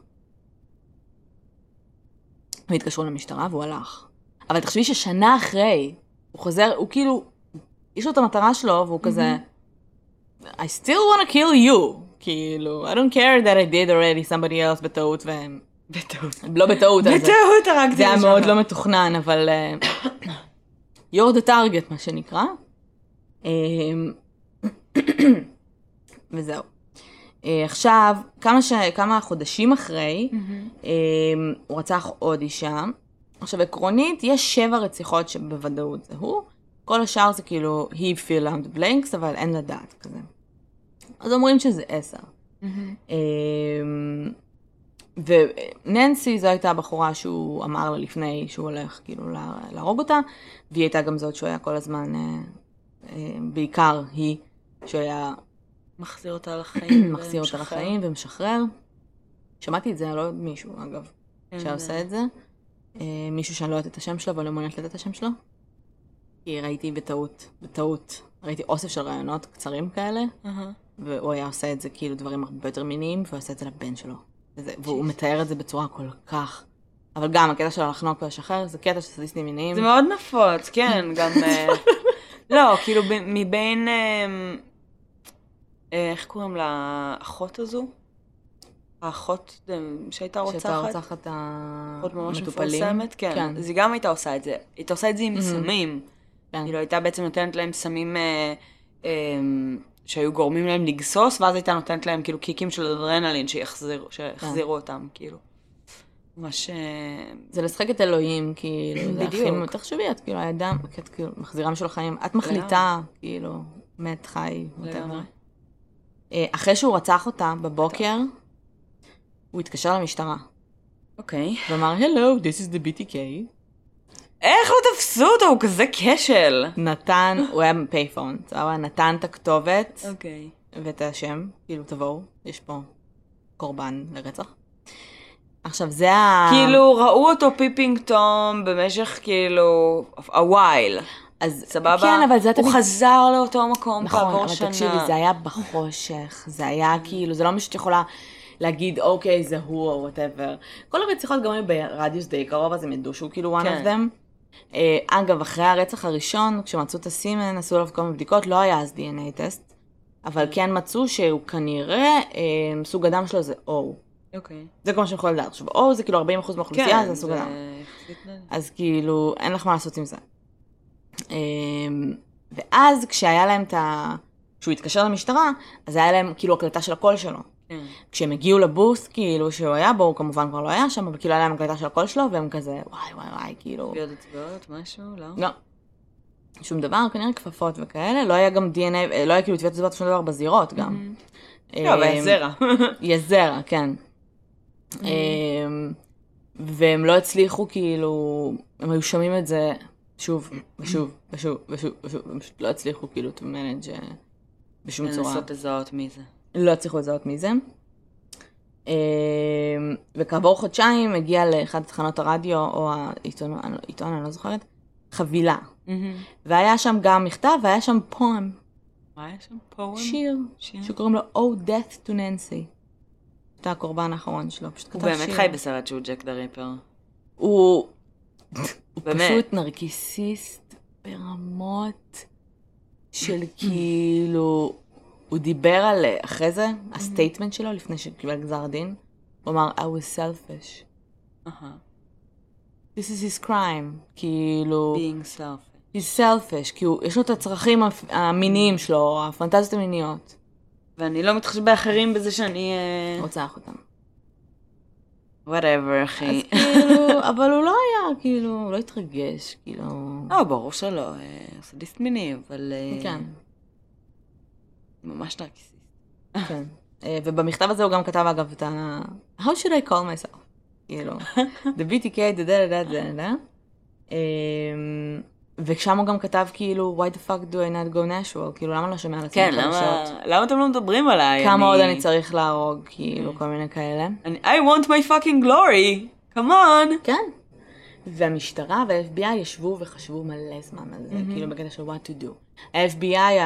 הם התקשרו למשטרה והוא הלך. אבל תחשבי ששנה אחרי, הוא חוזר, הוא כאילו, יש לו את המטרה שלו והוא כזה, I still want to kill you. כאילו, I don't care that I did already somebody else בטעות והם... בטעות. לא בטעות. בטעות הרגתי. זה היה מאוד לא מתוכנן, אבל... you're the target, מה שנקרא. וזהו. עכשיו, כמה חודשים אחרי, הוא רצח עוד אישה. עכשיו, עקרונית, יש 7 רציחות שבוודאות זה הוא. כל השאר זה כאילו, he fill out the blanks, אבל אין לדעת כזה. אז אומרים שזה 10. וננסי זו הייתה הבחורה שהוא אמר לה לפני שהוא הולך כאילו להרוג אותה, והיא הייתה גם זאת שהוא היה כל הזמן, בעיקר היא שהוא היה מחזיר אותה לחיים. מחזיר אותה לחיים ומשחרר. שמעתי את זה, לא עוד מישהו, אגב, שעושה את זה. מישהו שאני לא יודעת את השם שלו, אבל לא מעוניינת לדעת את השם שלו. כי ראיתי בטעות, ראיתי אוסף של רעיונות קצרים כאלה, והוא היה עושה את זה כאילו דברים הרבה יותר מיניים, והוא עושה את זה לבן שלו. והוא מתאר את זה בצורה כל כך. אבל גם הקטע שלו לחנוק ולשחרר, זה קטע של סדיסטים מיניים. זה מאוד נפוץ, כן, גם... לא, כאילו מבין... איך קוראים לה? האחות הזו? האחות שהייתה רוצחת? שהייתה רוצחת את המטופלים. אחות ממש מפורסמת, כן. אז היא גם הייתה עושה את זה. היא הייתה עושה את זה עם סמים. כאילו הייתה בעצם נותנת להם סמים שהיו גורמים להם לגסוס, ואז הייתה נותנת להם כאילו קיקים של אדרנלין שיחזירו אותם, כאילו. ממש... זה לשחק את אלוהים, כאילו. בדיוק. תחשבי, את כאילו, האדם, את כאילו, מחזירה משל החיים. את מחליטה, כאילו, מת, חי, whatever. אחרי שהוא רצח אותה בבוקר, הוא התקשר למשטרה. אוקיי. ואמר, hello, this is the BTK. איך לא תפסו אותו? הוא כזה כשל. נתן, הוא היה פייפון, נתן את הכתובת. אוקיי. ואת השם, כאילו תבואו, יש פה קורבן לרצח. עכשיו זה כאילו ראו אותו פיפינג טום במשך כאילו a while. אז סבבה? כן, אבל זה הוא חזר לאותו מקום נכון, כעבור אבל שנה. תקשיבי, זה היה בחושך, זה היה כאילו, זה לא מישהו שיכולה להגיד, אוקיי, זה הוא או whatever. כל הרציחות גם היו ברדיוס די קרוב, אז הם ידעו שהוא כאילו one of them. אגב, אחרי הרצח הראשון, כשמצאו את הסימן, עשו עליו כל מיני בדיקות, לא היה אז DNA טסט, אבל כן מצאו שהוא כנראה, סוג הדם שלו זה O. אוקיי. זה כמו שאני יכולה לדעת. עכשיו, O זה כאילו 40% מהאוכלוסייה, זה סוג הדם. אז כאילו, אין לך מה לעשות עם זה. ואז כשהיה להם כשהוא התקשר למשטרה, אז היה להם כאילו הקלטה של הקול שלו. כשהם הגיעו לבוס, כאילו, שהוא היה בו, הוא כמובן כבר לא היה שם, אבל כאילו היה להם הקלטה של הקול שלו, והם כזה, וואי, כאילו... ביוד אצבעות, משהו, לא? לא. שום דבר, כנראה כפפות וכאלה, לא היה גם DNA, לא היה כאילו טביעות אצבעות שום דבר בזירות גם. לא, אבל יש זרע. יש זרע, כן. והם לא הצליחו, כאילו, הם היו שומעים את זה שוב, ושוב, הם פשוט לא הצליחו, כאילו, to manage בשום צורה. לנסות לזהות מי זה. לא הצליחו לזהות מי זה. וכעבור חודשיים הגיע לאחד תחנות הרדיו, או העיתון, אני לא זוכרת, חבילה. והיה שם גם מכתב, והיה שם פואם. מה היה שם? פואם? שיר. שקוראים לו Oh Death to Nancy. זה הקורבן האחרון שלו, פשוט כתב שיר. הוא באמת חי בסרט שהוא ג'ק דה ריפר. הוא פשוט נרקיסיסט ברמות של כאילו... הוא דיבר על, אחרי זה, הסטייטמנט שלו, לפני שקיבל גזר דין, הוא אמר, I was selfish. This is his crime. כאילו... being selfish. he's selfish, כי יש לו את הצרכים המיניים שלו, הפנטזיות המיניות. ואני לא מתחשב באחרים בזה שאני... רוצח אותם. whatever, אחי. אז כאילו, אבל הוא לא היה, כאילו, הוא לא התרגש, כאילו... לא, ברור שלא, סדיסט מיני, אבל... כן. ממש נרקיסיסט. כן. ובמכתב הזה הוא גם כתב, אגב, את How should I call myself? כאילו, the BTK, ושם הוא גם כתב, כאילו, why the fuck do I not go natural? כאילו, למה לא שומע על עצמי חדשות? למה אתם לא מדברים עליי? כמה עוד אני צריך להרוג, כאילו, כל מיני כאלה. I want my fucking glory! come on! כן. והמשטרה וה-FBI ישבו וחשבו מלא זמן על זה, כאילו בקטע של what to do. ה-FBI,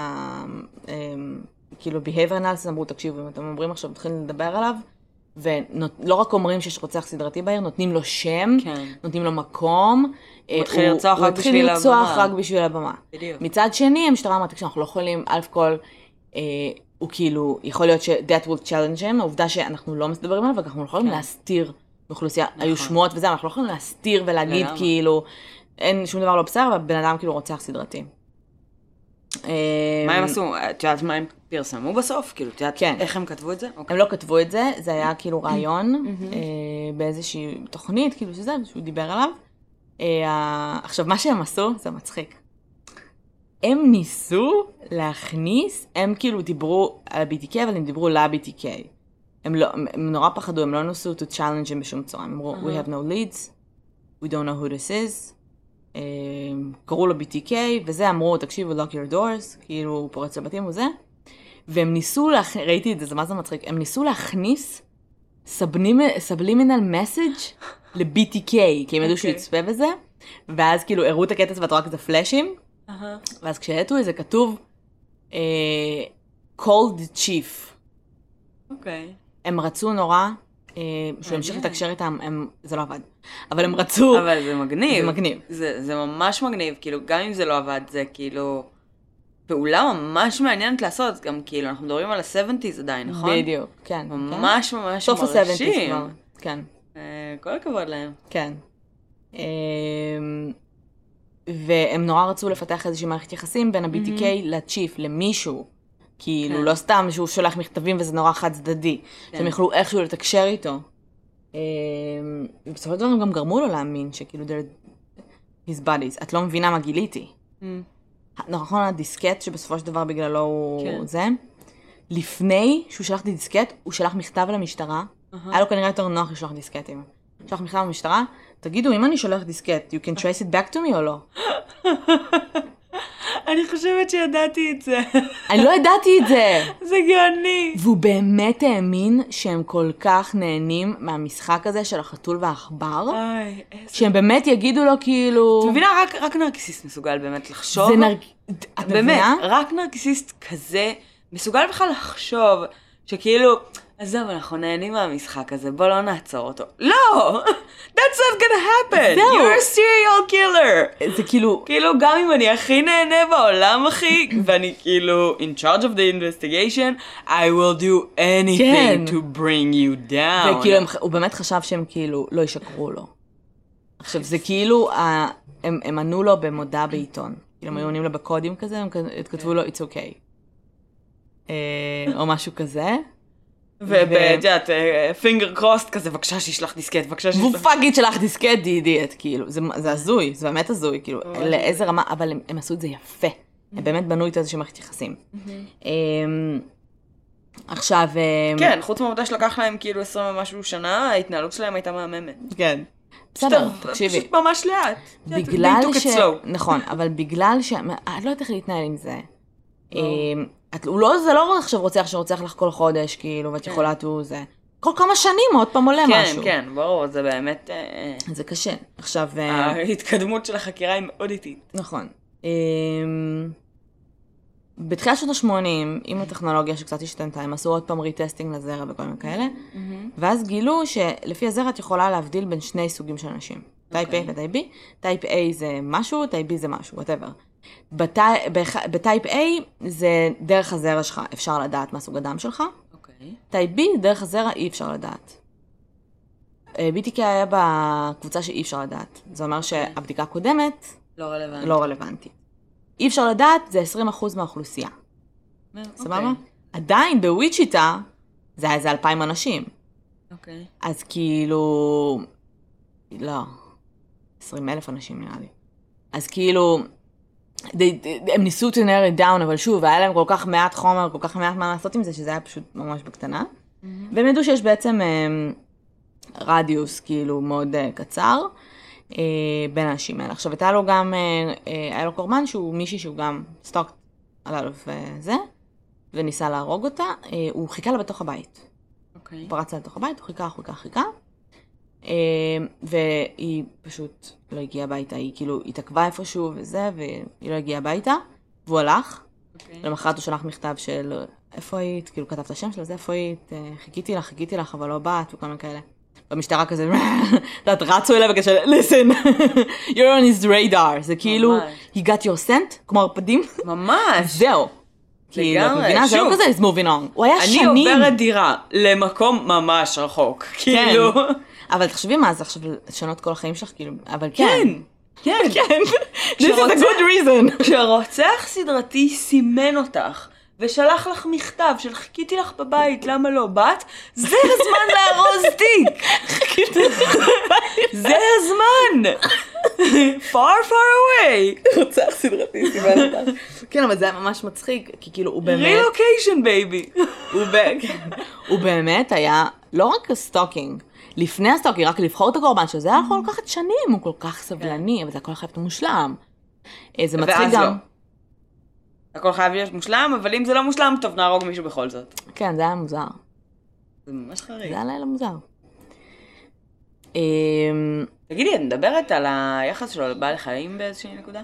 כאילו behavior analysis, אמרו, תקשיבו, אם אתם אומרים עכשיו, מתחילים לדבר עליו, ולא רק אומרים שיש רוצח סדרתי בעיר, נותנים לו שם, נותנים לו מקום, הוא מתחיל לרצוח רק בשביל הבמה. מצד שני, המשטרה אמרה, תקשיב, אנחנו לא יכולים, אלף כל, הוא כאילו, יכול להיות ש-that will challenge him, העובדה שאנחנו לא מסדברים עליו, אנחנו לא יכולים להסתיר באוכלוסייה, היו שמועות וזה, אנחנו לא יכולים להסתיר ולהגיד כאילו, אין שום דבר לא בסדר, אבל בן אדם כאילו רוצח סדרתי. מה הם עשו? את יודעת מה הם פרסמו בסוף? כאילו, את יודעת איך הם כתבו את זה? הם לא כתבו את זה, זה היה כאילו רעיון באיזושהי תוכנית, כאילו שזה, שהוא דיבר עליו. עכשיו, מה שהם עשו, זה מצחיק. הם ניסו להכניס, הם כאילו דיברו על ה-BTK, אבל הם דיברו ל-BTK. הם נורא פחדו, הם לא ניסו to challenge הם בשום צורה. הם אמרו, we have no leads, we don't know who this is, קראו לו BTK, וזה אמרו, תקשיבו, lock your doors, כאילו הוא פורץ לבתים וזה, והם ניסו, ראיתי את זה, זה מה זה מצחיק, הם ניסו להכניס subliminal message ל-BTK, כי הם ידעו שהוא יצפה בזה, ואז כאילו הראו את הקטע הזה ואתה רואה כזה פלאשים, ואז כשהעטו את זה כתוב, call the chief. אוקיי. הם רצו נורא, שהוא המשיך לתקשר איתם, זה לא עבד. אבל הם רצו... אבל זה מגניב. זה מגניב. זה ממש מגניב, כאילו, גם אם זה לא עבד, זה כאילו... פעולה ממש מעניינת לעשות, גם כאילו, אנחנו מדברים על ה-70s עדיין, נכון? בדיוק, כן. ממש ממש סוף ה-70s כבר, כן. כל הכבוד להם. כן. והם נורא רצו לפתח איזושהי מערכת יחסים בין ה-BTK לצ'יף, למישהו. כאילו, לא סתם שהוא שולח מכתבים וזה נורא חד צדדי. שהם יכלו איכשהו לתקשר איתו. ובסופו של דבר הם גם גרמו לו להאמין שכאילו, his buddies, את לא מבינה מה גיליתי. נכון, הדיסקט שבסופו של דבר בגללו הוא זה. לפני שהוא שלח דיסקט, הוא שלח מכתב למשטרה. היה לו כנראה יותר נוח לשלוח דיסקטים. שלח מכתב למשטרה, תגידו, אם אני שולח דיסקט, you can trace it back to me או לא? אני חושבת שידעתי את זה. אני לא ידעתי את זה. זה גאוני. והוא באמת האמין שהם כל כך נהנים מהמשחק הזה של החתול והעכבר, שהם באמת יגידו לו כאילו... את מבינה, רק נרקיסיסט מסוגל באמת לחשוב. את באמת, מבינה? רק נרקיסיסט כזה מסוגל בכלל לחשוב שכאילו, עזוב, אנחנו נהנים מהמשחק הזה, בוא לא נעצור אותו. לא! That's not gonna happen! זהו. You're a serial killer! זה כאילו... כאילו, גם אם אני הכי נהנה בעולם, אחי, ואני כאילו in charge of the investigation, I will do anything to bring you down. וכאילו, הוא באמת חשב שהם כאילו לא ישקרו לו. עכשיו, זה כאילו, הם ענו לו במודע בעיתון. כאילו, הם היו עונים לו בקודים כזה, הם כתבו לו, it's okay. או משהו כזה. ובאת, פינגר קרוסט כזה, בבקשה שישלח דיסקט, בבקשה שישלח... והוא פאגית שלח דיסקט, דידיאט, כאילו, זה הזוי, זה באמת הזוי, כאילו, לאיזה רמה, אבל הם עשו את זה יפה. הם באמת בנו איתו איזושהי מערכת יחסים. עכשיו... כן, חוץ מהעובדה שלקח להם כאילו 20 ומשהו שנה, ההתנהלות שלהם הייתה מהממת. כן. בסדר, תקשיבי. פשוט ממש לאט. בגלל נכון, אבל בגלל אני לא יודעת איך להתנהל עם זה. זה לא עכשיו רוצח לך כל חודש, כאילו, ואת יכולה זה. כל כמה שנים עוד פעם עולה משהו. כן, ברור, זה באמת... זה קשה. עכשיו... ההתקדמות של החקירה היא מאוד איטית. נכון. בתחילת שנות ה-80, עם הטכנולוגיה שקצת השתנתה, הם עשו עוד פעם ריטסטינג לזרע וכל מיני כאלה, ואז גילו שלפי הזרע את יכולה להבדיל בין שני סוגים של אנשים. טייפ A וטייפ B. טייפ A זה משהו, טייפ B זה משהו, whatever. בטייפ A זה דרך הזרע שלך, אפשר לדעת מה סוג הדם שלך. טייפ B, דרך הזרע אי אפשר לדעת. BTK היה בקבוצה שאי אפשר לדעת. זה אומר שהבדיקה הקודמת לא רלוונטית. אי אפשר לדעת, זה 20% מהאוכלוסייה. סבבה? עדיין בוויצ'יטה זה היה איזה 2,000 אנשים. אז כאילו... לא. 20,000 אנשים נראה לי. אז כאילו... הם ניסו to narrow it down, אבל שוב, היה להם כל כך מעט חומר, כל כך מעט מה לעשות עם זה, שזה היה פשוט ממש בקטנה. והם ידעו שיש בעצם רדיוס כאילו מאוד קצר בין האנשים האלה. עכשיו, היה לו גם, היה לו קורבן שהוא מישהי שהוא גם סטוק עליו זה, וניסה להרוג אותה. הוא חיכה לה בתוך הבית. הוא פרץ לה לתוך הבית, הוא חיכה. והיא פשוט לא הגיעה הביתה, היא כאילו התעכבה איפשהו וזה, והיא לא הגיעה הביתה, והוא הלך. למחרת הוא שלח מכתב של איפה היית, כאילו כתב את השם שלה, זה איפה היית, חיכיתי לך, אבל לא באת, וכל מיני כאלה. במשטרה כזה, רצו אליו וכזה, listen, you're on his radar, זה כאילו, he got your scent, כמו הרפדים. ממש. זהו. כאילו, את מבינה, זה לא כזה, he's moving on. הוא היה שנים. אני עוברת דירה למקום ממש רחוק, כאילו. אבל תחשבי מה, זה עכשיו לשנות כל החיים שלך, כאילו, אבל כן. כן. This is a good reason. כשרוצח סדרתי סימן אותך, ושלח לך מכתב של חיכיתי לך בבית, למה לא באת? זה הזמן לארוז תיק. זה הזמן. far away. רוצח סדרתי סימן אותך. כן, אבל זה היה ממש מצחיק, כי כאילו הוא באמת... relocation baby. הוא באמת היה לא רק סטוקינג, לפני הסטוקי, רק לבחור את הקורבן, שזה היה יכול לקחת שנים, הוא כל כך סבלני, אבל זה הכל חייב להיות מושלם. זה מצחיק ואז גם. לא. הכל חייב להיות מושלם, אבל אם זה לא מושלם, טוב, נהרוג מישהו בכל זאת. כן, זה היה מוזר. זה ממש חריג. זה היה לילה מוזר. תגידי, את מדברת על היחס שלו לבעלי חיים באיזושהי נקודה?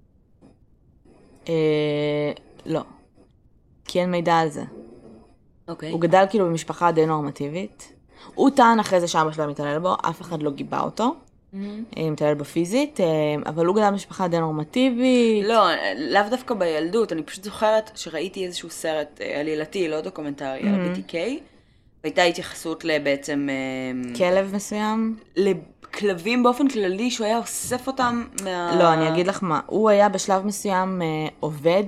לא. כי אין מידע על זה. אוקיי. הוא גדל כאילו במשפחה די נורמטיבית. הוא טען אחרי זה שאבא שלו מתעלל בו, אף אחד לא גיבה אותו. מתעלל בו פיזית, אבל הוא גדל במשפחה די נורמטיבית. לא, לאו דווקא בילדות, אני פשוט זוכרת שראיתי איזשהו סרט עלילתי, לא דוקומנטרי, על ה-BTK, והייתה התייחסות לבעצם... כלב מסוים? לכלבים באופן כללי, שהוא היה אוסף אותם מה... לא, אני אגיד לך מה, הוא היה בשלב מסוים עובד,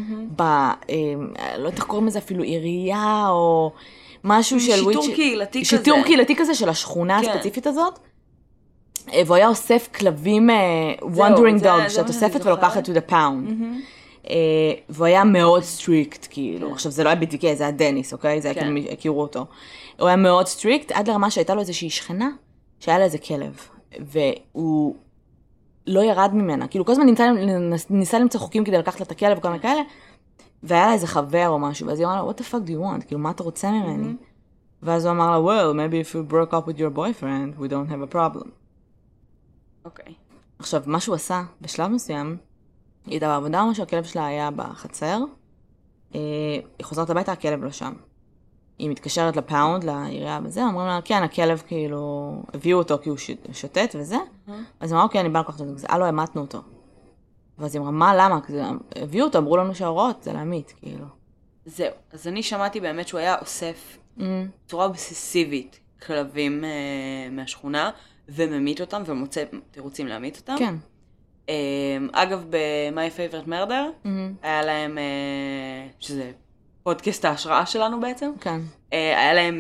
לא יודעת איך קוראים לזה אפילו עירייה, או משהו של... שיטור קהילתי כזה. שיטור קהילתי כזה של השכונה הספציפית הזאת. והוא היה אוסף כלבים wandering dog, שאת אוספת ולוקחת to the pound. והוא היה מאוד סטריקט, כאילו. עכשיו, זה לא היה BTK, זה היה דניס, אוקיי? זה היה כאילו, הכירו אותו. הוא היה מאוד סטריקט, עד לרמה שהייתה לו איזושהי שכנה, שהיה לה איזה כלב. והוא לא ירד ממנה. כאילו, כל הזמן ניסה למצוא חוקים כדי לקחת לה את הכלב וכל מיני כאלה, והיה לה איזה חבר או משהו, ואז היא אמרה לה, what the fuck do you want? כאילו, מה אתה רוצה ממני? ואז הוא אמר לה, well, maybe if you broke up with your boyfriend, we don't have a problem. אוקיי. עכשיו, מה שהוא עשה בשלב מסוים, היא הייתה בעבודה או משהו, הכלב שלה היה בחצר, היא חוזרת הביתה, הכלב לא שם. היא מתקשרת לפאונד, לעירייה וזה, אומרים לה, כן, הכלב כאילו, הביאו אותו כי הוא שוטט וזה, אז היא אמרה, אוקיי, אני באה לקחת אותו, הלו, המתנו אותו. ואז היא אמרה, מה, למה? הביאו אותו, אמרו לנו שההוראות, זה להמית, כאילו. זהו, אז אני שמעתי באמת שהוא היה אוסף בצורה אובססיבית כלבים מהשכונה, וממית אותם, ומוצא תירוצים להמית אותם. כן. אגב, ב-My Favorite Murder, היה להם, שזה פודקאסט ההשראה שלנו בעצם, כן. היה להם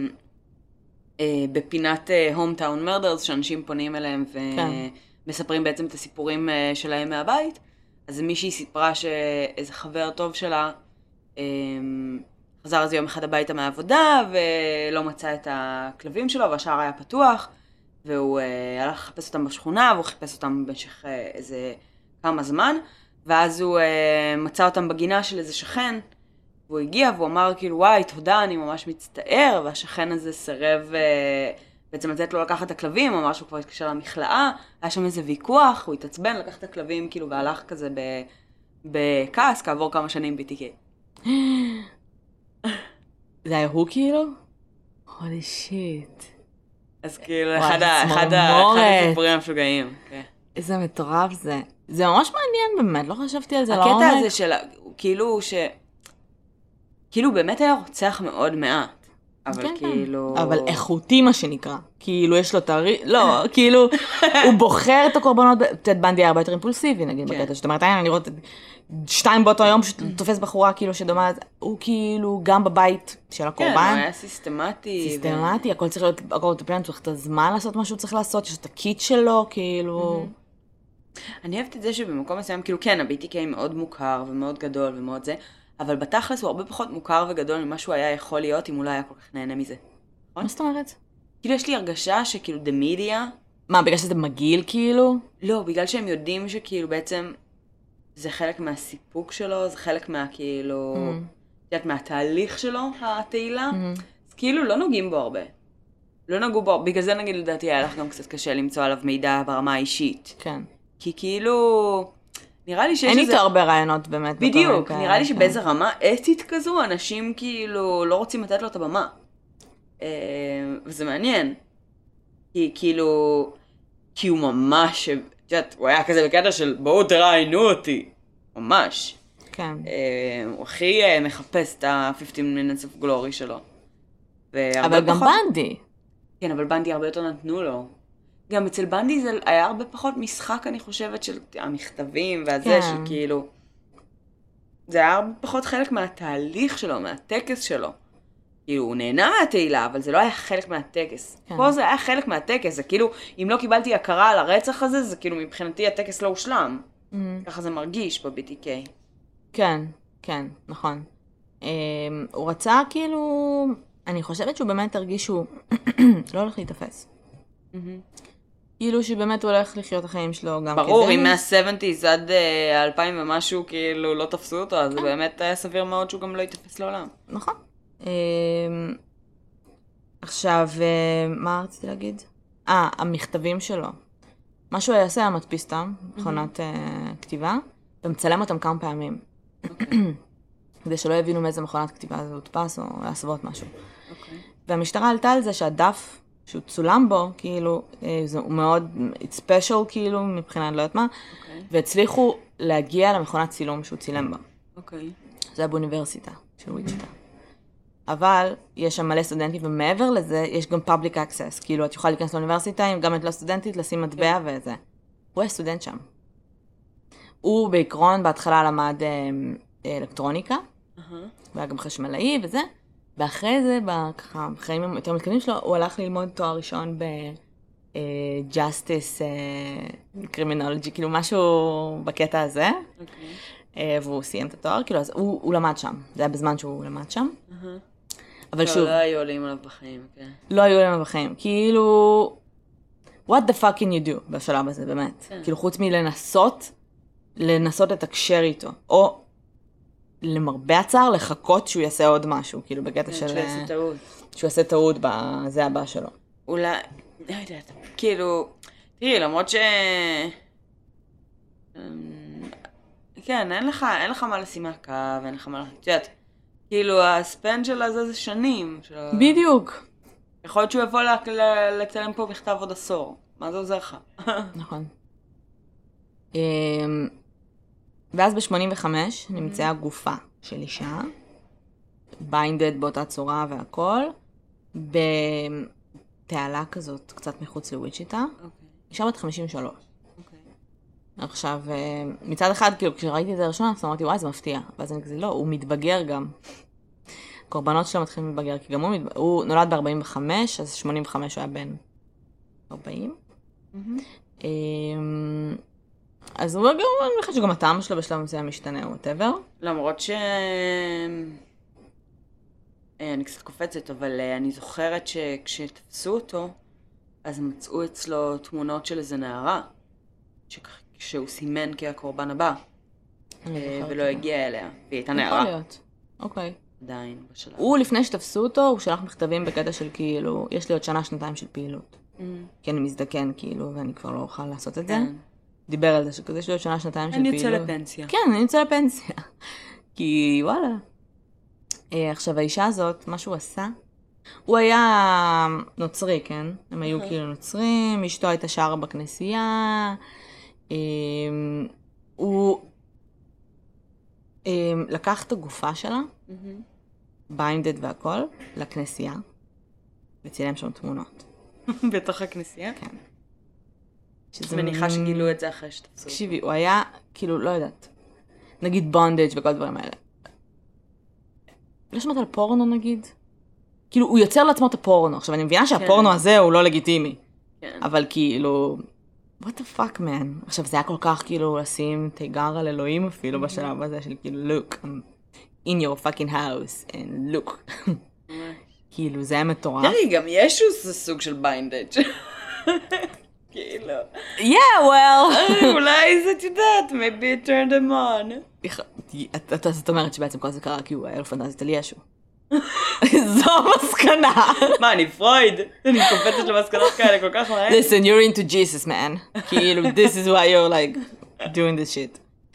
בפינת Hometown Murders, שאנשים פונים אליהם ומספרים בעצם את הסיפורים שלהם מהבית. אז מישהי סיפרה שאיזה חבר טוב שלה חזר איזה יום אחד הביתה מהעבודה, ולא מצא את הכלבים שלו, והשער היה פתוח. והוא הלך לחפש אותם בשכונה, והוא חיפש אותם במשך איזה כמה זמן, ואז הוא מצא אותם בגינה של איזה שכן, והוא הגיע והוא אמר כאילו, וואי, תודה, אני ממש מצטער, והשכן הזה סרב בעצם לתת לו לקחת את הכלבים, אמר שהוא כבר התקשר למכלאה, היה שם איזה ויכוח, הוא התעצבן, לקח את הכלבים כאילו, והלך כזה בכעס, כעבור כמה שנים BTK. זה היה הוא כאילו? הולי שיט. אז כאילו, אחד הסיפורים המשוגעים. איזה מטורף זה. זה ממש מעניין באמת, לא חשבתי על זה לעומק. הקטע הזה של, כאילו באמת היה רוצח מאוד מעט. אבל כאילו... אבל איכותי מה שנקרא. כאילו יש לו תאריך, לא, כאילו, הוא בוחר את הקורבנות, טד בנדי היה הרבה יותר אימפולסיבי, נגיד, בקטע. זאת אומרת, אני רואה 2 באותו יום שתופס בחורה כאילו שדומה, הוא כאילו גם בבית של הקורבן. כן, הוא היה סיסטמטי. סיסטמטי, הכל צריך להיות, הכל טפלן, צריך את הזמן לעשות מה שהוא צריך לעשות, יש את הקיט שלו, כאילו... אני אוהבת את זה שבמקום מסוים, כאילו כן, ה-BTK מאוד מוכר ומאוד גדול ומאוד זה, אבל בתכלס הוא הרבה פחות מוכר וגדול ממה שהוא היה יכול להיות אם הוא לא היה כל כך נהנה מזה. מה זאת אומרת? כאילו יש לי הרגשה שכאילו the media... מה, בגלל שזה מגעיל כאילו? לא, בגלל שהם יודעים שכאילו בעצם זה חלק מהסיפוק שלו, זה חלק כאילו, יודעת, מהתהליך שלו, התהילה. אז כאילו לא נוגעים בו הרבה. לא נגעו בו, בגלל זה נגיד לדעתי היה לך גם קצת קשה למצוא עליו מידע ברמה האישית. כן. כי כאילו, נראה לי שיש אין איתו הרבה רעיונות באמת. בדיוק, נראה לי שבאיזה רמה אתית כזו, אנשים כאילו לא רוצים לתת לו את הבמה. וזה מעניין. כי כאילו, כי הוא ממש, את יודעת, הוא היה כזה בקטע של בואו תראיינו אותי. ממש. כן. הוא הכי מחפש את ה-15 minutes of glory שלו. אבל גם בנדי. כן, אבל בנדי הרבה יותר נתנו לו. גם אצל בנדי זה היה הרבה פחות משחק, אני חושבת, של המכתבים והזה, שכאילו... זה היה הרבה פחות חלק מהתהליך שלו, מהטקס שלו. כאילו, הוא נהנה מהתהילה, אבל זה לא היה חלק מהטקס. פה זה היה חלק מהטקס, זה כאילו, אם לא קיבלתי הכרה על הרצח הזה, זה כאילו מבחינתי הטקס לא הושלם. ככה זה מרגיש ב-BTK. כן, כן, נכון. הוא רצה כאילו אני חושבת שהוא באמת הרגיש שהוא לא הולך להתאפס. כאילו שבאמת הוא הולך לחיות החיים שלו גם ברור, אם מה-70s עד 2000 ומשהו כאילו לא תפסו אותו, אז זה באמת היה סביר מאוד שהוא גם לא יתאפס לעולם. נכון. עכשיו, מה רציתי להגיד? המכתבים שלו. מה שהוא יעשה, המדפיס אותם, מכונת כתיבה, ומצלם אותם כמה פעמים. כדי שלא יבינו מאיזה מכונת כתיבה זה הודפס או להסוות משהו. והמשטרה עלתה על זה שהדף שהוא צולם בו, כאילו, הוא מאוד, it's special כאילו, מבחינה לא יודעת מה, והצליחו להגיע למכונת צילום שהוא צילם בה. זה היה באוניברסיטה של וויצ'יטה. אבל יש שם מלא סטודנטים, ומעבר לזה, יש גם public access, כאילו, את יכולה להיכנס לאוניברסיטה, אם גם את לא סטודנטית, לשים מטבע וזה. הוא היה סטודנט שם. הוא בעקרון, בהתחלה למד אלקטרוניקה, והיה גם חשמלאי וזה, ואחרי זה, ככה, בחיים יותר מתקדמים שלו, הוא הלך ללמוד תואר ראשון ב-Justice Criminology, כאילו משהו בקטע הזה, והוא סיים את התואר, כאילו, אז הוא למד שם, זה היה בזמן שהוא למד שם. אבל שוב... לא היו עולים עליו בחיים, כן. לא היו עליו בחיים, כאילו... What the fuck can you do בשלב הזה, באמת? כאילו, חוץ מלנסות לתקשר איתו, או למרבה הצער, לחכות שהוא יעשה עוד משהו, כאילו, בקטע של... שהוא יעשה טעות. שהוא יעשה טעות בזה הבא שלו. אולי... לא יודעת, כאילו... תראי, למרות ש... כן, אין לך מה לשים מהקו, אין לך מה... את יודעת, כאילו, הספן של הזה זה שנים. בדיוק. יכול להיות שהוא יבוא לצלם פה בכתב עוד עשור. מה זה עוזר לך? נכון. ואז ב-85 נמצאה גופה של אישה, ביינדד באותה צורה והכל, בתעלה כזאת, קצת מחוץ לוויצ'יטה. אישה בת 53. עכשיו, מצד אחד, כאילו, כשראיתי את זה הראשונה, אז אמרתי, וואי, זה מפתיע. ואז אני כזה, לא, הוא מתבגר גם. קורבנות שלו מתחילים להתבגר, כי גם הוא נולד ב-45, אז 85 הוא היה בן 40. אז הוא גם, אני חושבת שגם הטעם שלו בשלב מסוים משתנה, או whatever. למרות ש... אני קצת קופצת, אבל אני זוכרת שכשתפסו אותו, אז מצאו אצלו תמונות של איזה נערה, שהוא סימן כהקורבן הבא, ולא הגיע אליה, והיא הייתה נערה. יכול להיות, אוקיי. עדיין בשלב. הוא, לפני שתפסו אותו, הוא שלח מכתבים בקטע של כאילו, יש לי עוד שנה, שנתיים של פעילות. כי אני מזדקן כאילו, ואני כבר לא אוכל לעשות את זה. דיבר על זה שכזה יש לי עוד שנה, שנתיים של פעילות. אני יוצא לפנסיה. כן, אני יוצא לפנסיה. כי וואלה. עכשיו, האישה הזאת, מה שהוא עשה, הוא היה נוצרי, כן? הם היו כאילו נוצרים, אשתו הייתה שרה בכנסייה, הוא לקח את הגופה שלה, ביינדד והכל, לכנסייה, וצילם שם תמונות. בתוך הכנסייה? כן. מניחה שגילו את זה אחרי שתפסו. תקשיבי, הוא היה, כאילו, לא יודעת, נגיד בונדג' וכל דברים האלה. לא שמעת על פורנו נגיד? כאילו, הוא יוצר לעצמו את הפורנו. עכשיו, אני מבינה שהפורנו הזה הוא לא לגיטימי. אבל כאילו, what the fuck, man? עכשיו, זה היה כל כך כאילו לשים תיגר על אלוהים אפילו בשלב הזה של כאילו, look, I'm in your fucking house, and look. כאילו, זה היה מטורף. תראי, גם ישו זה סוג של ביינדג'. כאילו. Yeah, well. אולי זה, את יודעת, maybe it turned him on. זאת אומרת שבעצם כל זה קרה כי הוא היה לו פנטזית על ישו. זו המסקנה. מה, אני פרויד? אני קופצת למסקנות כאלה כל כך מהר. Listen, you're into Jesus, man. כאילו, this is why you're like doing this shit.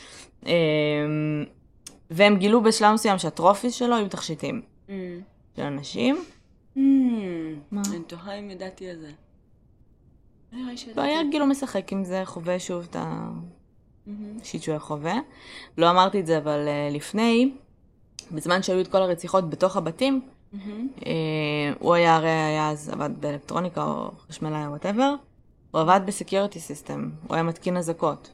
והם גילו בשלב מסוים שהטרופיס שלו היו תכשיטים. של אנשים. מה? אני תוהה אם ידעתי על זה. לא היה גילו משחק עם זה, חווה שוב את השיט שהוא היה חווה. לא אמרתי את זה, אבל לפני, בזמן שהיו את כל הרציחות בתוך הבתים, הוא היה אז עבד באלקטרוניקה או חשמלאי או whatever, הוא עבד בסקיוריטי סיסטם, הוא היה מתקין הזקות.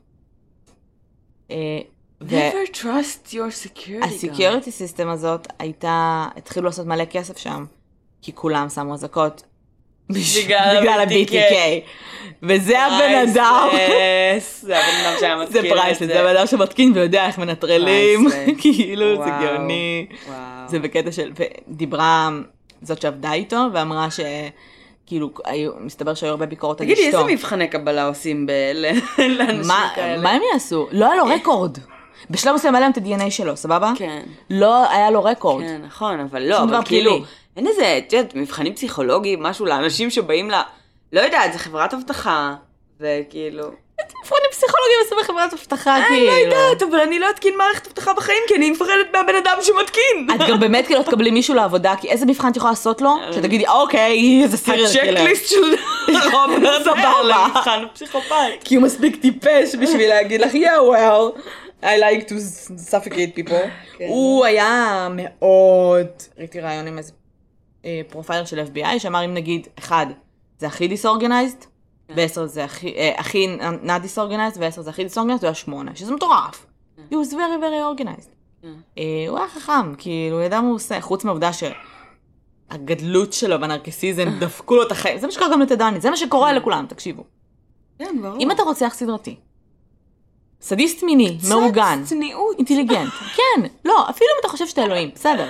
Never trust your security guard. הסקיוריטי סיסטם הזאת התחילו לעשות מלא כסף שם, כי כולם שמו הזקות. בגלל ה-BTK. וזה הבן אדם. זה הבן אדם שהיה מתקין את זה. זה פרייסלס, זה הבן אדם שמתקין ויודע איך מנטרלים. כאילו, זה גאוני. זה בקטע של, ודיברה זאת שעבדה איתו, ואמרה שכאילו, מסתבר שהיו הרבה ביקורות על תגידי, אשתו. איזה מבחני קבלה עושים לאנשים כאלה? מה הם יעשו? לא היה לו רקורד. בשלב מסוים היה להם את ה-DNA שלו, סבבה? כן. לא היה לו רקורד. כן, נכון, אבל לא, שום אבל דבר כאילו, פלילי. אין איזה, את יודעת, מבחנים פסיכולוגיים, משהו לאנשים שבאים לא יודעת, זה חברת אבטחה, וכאילו... מבחנים פסיכולוגיים עושים בחברת אבטחה, אני כאילו. לא יודעת, אבל אני לא אתקין מערכת אבטחה בחיים, כי אני מפחדת מהבן אדם שמתקין. את גם באמת כאילו תקבלי מישהו לעבודה, כי איזה מבחן את יכולה לעשות לו? שתגידי, אוקיי, איזה סיריאל קילר. הצ'קליסט של רוברט סבבה. למבחן פסיכופת. כי הוא מספיק טיפש בשביל להגיד לך, yeah, well, I like to suffocate people. הוא היה מאוד, ראיתי רעיון עם איזה פרופיילר של FBI, שאמר אם נגיד, 1, זה הכי disorganized, ו10 זה הכי not disorganized, ו10 זה הכי disorganized, הוא היה 8, שזה מטורף. He was very very organized. הוא היה חכם, כאילו, הוא ידע מה הוא עושה, חוץ מהעובדה שהגדלות שלו והנרקסיזם דפקו לו את החיים, זה מה שקורה גם לטדני, זה מה שקורה לכולם, תקשיבו. כן, ברור. אם אתה רוצח סדרתי, סדיסט מיני, מאורגן, צניעות. אינטליגנט, כן, לא, אפילו אם אתה חושב שאתה אלוהים, בסדר.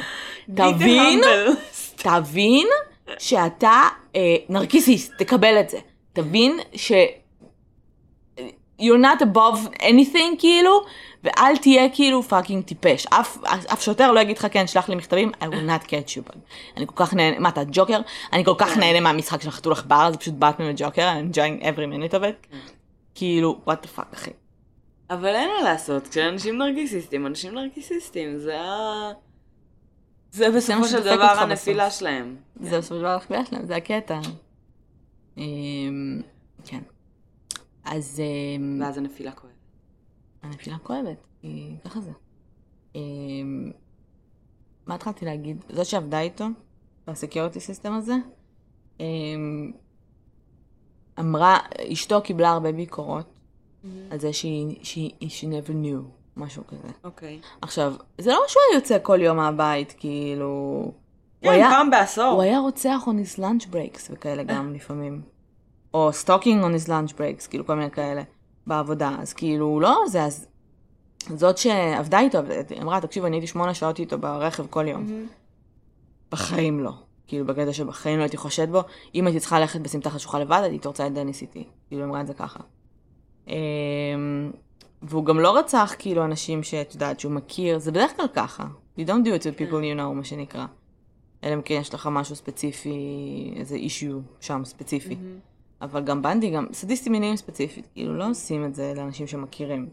תבין שאתה נרקיסיסט, תקבל את זה. תבין ש... you're not above anything, כאילו, ואל תהיה כאילו פאקינג טיפש. אף שוטר לא יגיד לך, כן, שלח לי מכתבים, I will not catch you. אני כל כך נהנה, מה, אתה ג'וקר? אני כל כך נהנה מהמשחק של החתול עכבר, זה פשוט באטמן וג'וקר, I'm enjoying every minute of it. כאילו, what the fuck, אחי. אבל אין מה לעשות, כשאנשים נרקיסיסטים, זה בסופו של דבר הנפילה שלהם. זה בסופו של דבר הנפילה שלהם, זה הקטע. כן. אז... ואז הנפילה כואבת. הנפילה כואבת, ככה זה. מה התחלתי להגיד? זאת שעבדה איתו, בסקיוריטי סיסטם הזה, אמרה, אשתו קיבלה הרבה ביקורות, על זה she never knew, משהו כזה. אוקיי. עכשיו, זה לא שהוא היה יוצא כל יום מהבית, כאילו... כן, פעם בעשור. הוא היה רוצח on his lunch breaks, וכאלה גם לפעמים. או stalking on his lunch breaks, כאילו כל מיני כאלה, בעבודה. אז כאילו, לא, זה אז... זאת שעבדה איתו, אמרה, תקשיב, אני הייתי 8 שעות איתו ברכב כל יום. בחיים לא. כאילו, בקטע שבחיים לא הייתי חושד בו. אם הייתי צריכה ללכת בסמטה חשוכה לבד, הייתי רוצה את דניס איתי. כאילו, אמרה את זה ככה. והוא גם לא רצח כאילו אנשים שאת יודעת שהוא מכיר, זה בדרך כלל ככה. You don't do it to people you know, מה שנקרא. אלא אם כן יש לך משהו ספציפי, איזה אישיו שם ספציפי. אבל גם בנדי, גם סדיסטים מיניים ספציפית, כאילו לא עושים את זה לאנשים שמכירים.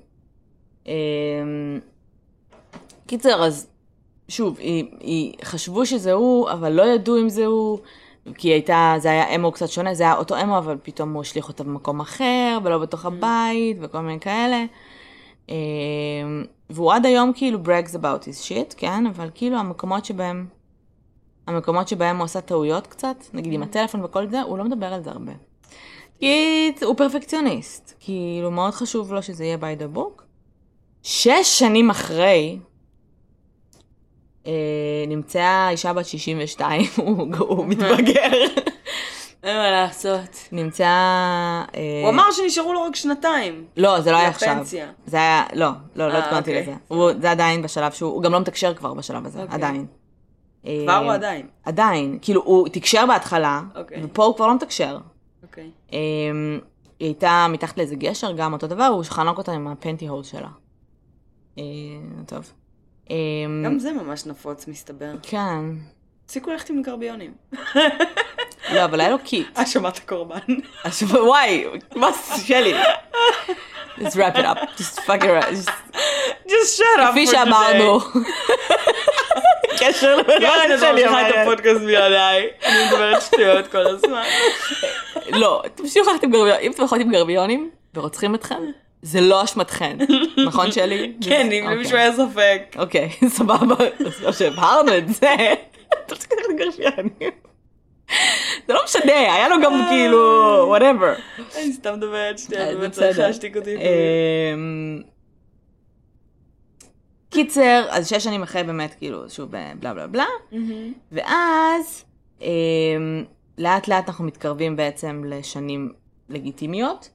קיצר, אז שוב, היא חשבו שזה הוא, אבל לא ידעו אם זה הוא, כי זה היה אמו קצת שונה, זה היה אותו אמו, אבל פתאום הוא השליך אותה במקום אחר, ולא בתוך הבית, וכל מיני כאלה. והוא עד היום כאילו brags about his shit, כן? אבל כאילו המקומות שבהם הוא עשה טעויות קצת, נגיד עם הטלפון וכל זה, הוא לא מדבר על זה הרבה. כי הוא פרפקציוניסט, כאילו מאוד חשוב לו שזה יהיה by the book. 6 שנים אחרי, נמצאה אישה בת 62, הוא מתבגר. אין מה לעשות. נמצאה... הוא אמר שנשארו לו רק 2. לא, זה לא היה עכשיו. לפנסיה. זה היה, לא התכוננתי אוקיי. לזה. זה עדיין בשלב הוא גם לא מתקשר כבר בשלב הזה, עדיין. כבר הוא עדיין? עדיין, כאילו הוא תקשר בהתחלה, ופה הוא כבר לא מתקשר. אוקיי. היא הייתה מתחת לאיזה גשר, גם אותו דבר, הוא חנוק אותה עם הפנטי הול שלה. טוב. גם זה ממש נפוץ, מסתבר. כן. תפסיקו ללכת עם גרביונים. לא, אבל היה לו קיט. האשמת הקורבן. וואי, מה שלי? Let's wrap it up. Just fuck it up. Just shut up. כפי שאמרנו. קשר לבן אני שלי. ממשיכה את הפודקאסט בלעדיי. אני מדברת שטויות כל הזמן. לא, תמשיכו ללכת עם גרביונים. אם אתם יכולים עם גרביונים ורוצחים אתכם, זה לא אשמתכן. נכון שלי? כן, אם למישהו היה ספק. אוקיי, סבבה. אז שהבהרנו את זה. אתה צריך ללכת עם גרביונים. זה לא משנה, היה לו גם כאילו, whatever. אני סתם מדברת שטויות, באמת צריך להשתיק אותי. קיצר, אז 6 שנים אחרי באמת, כאילו, שוב, בלה בלה בלה. ואז, לאט לאט אנחנו מתקרבים בעצם לשנים לגיטימיות.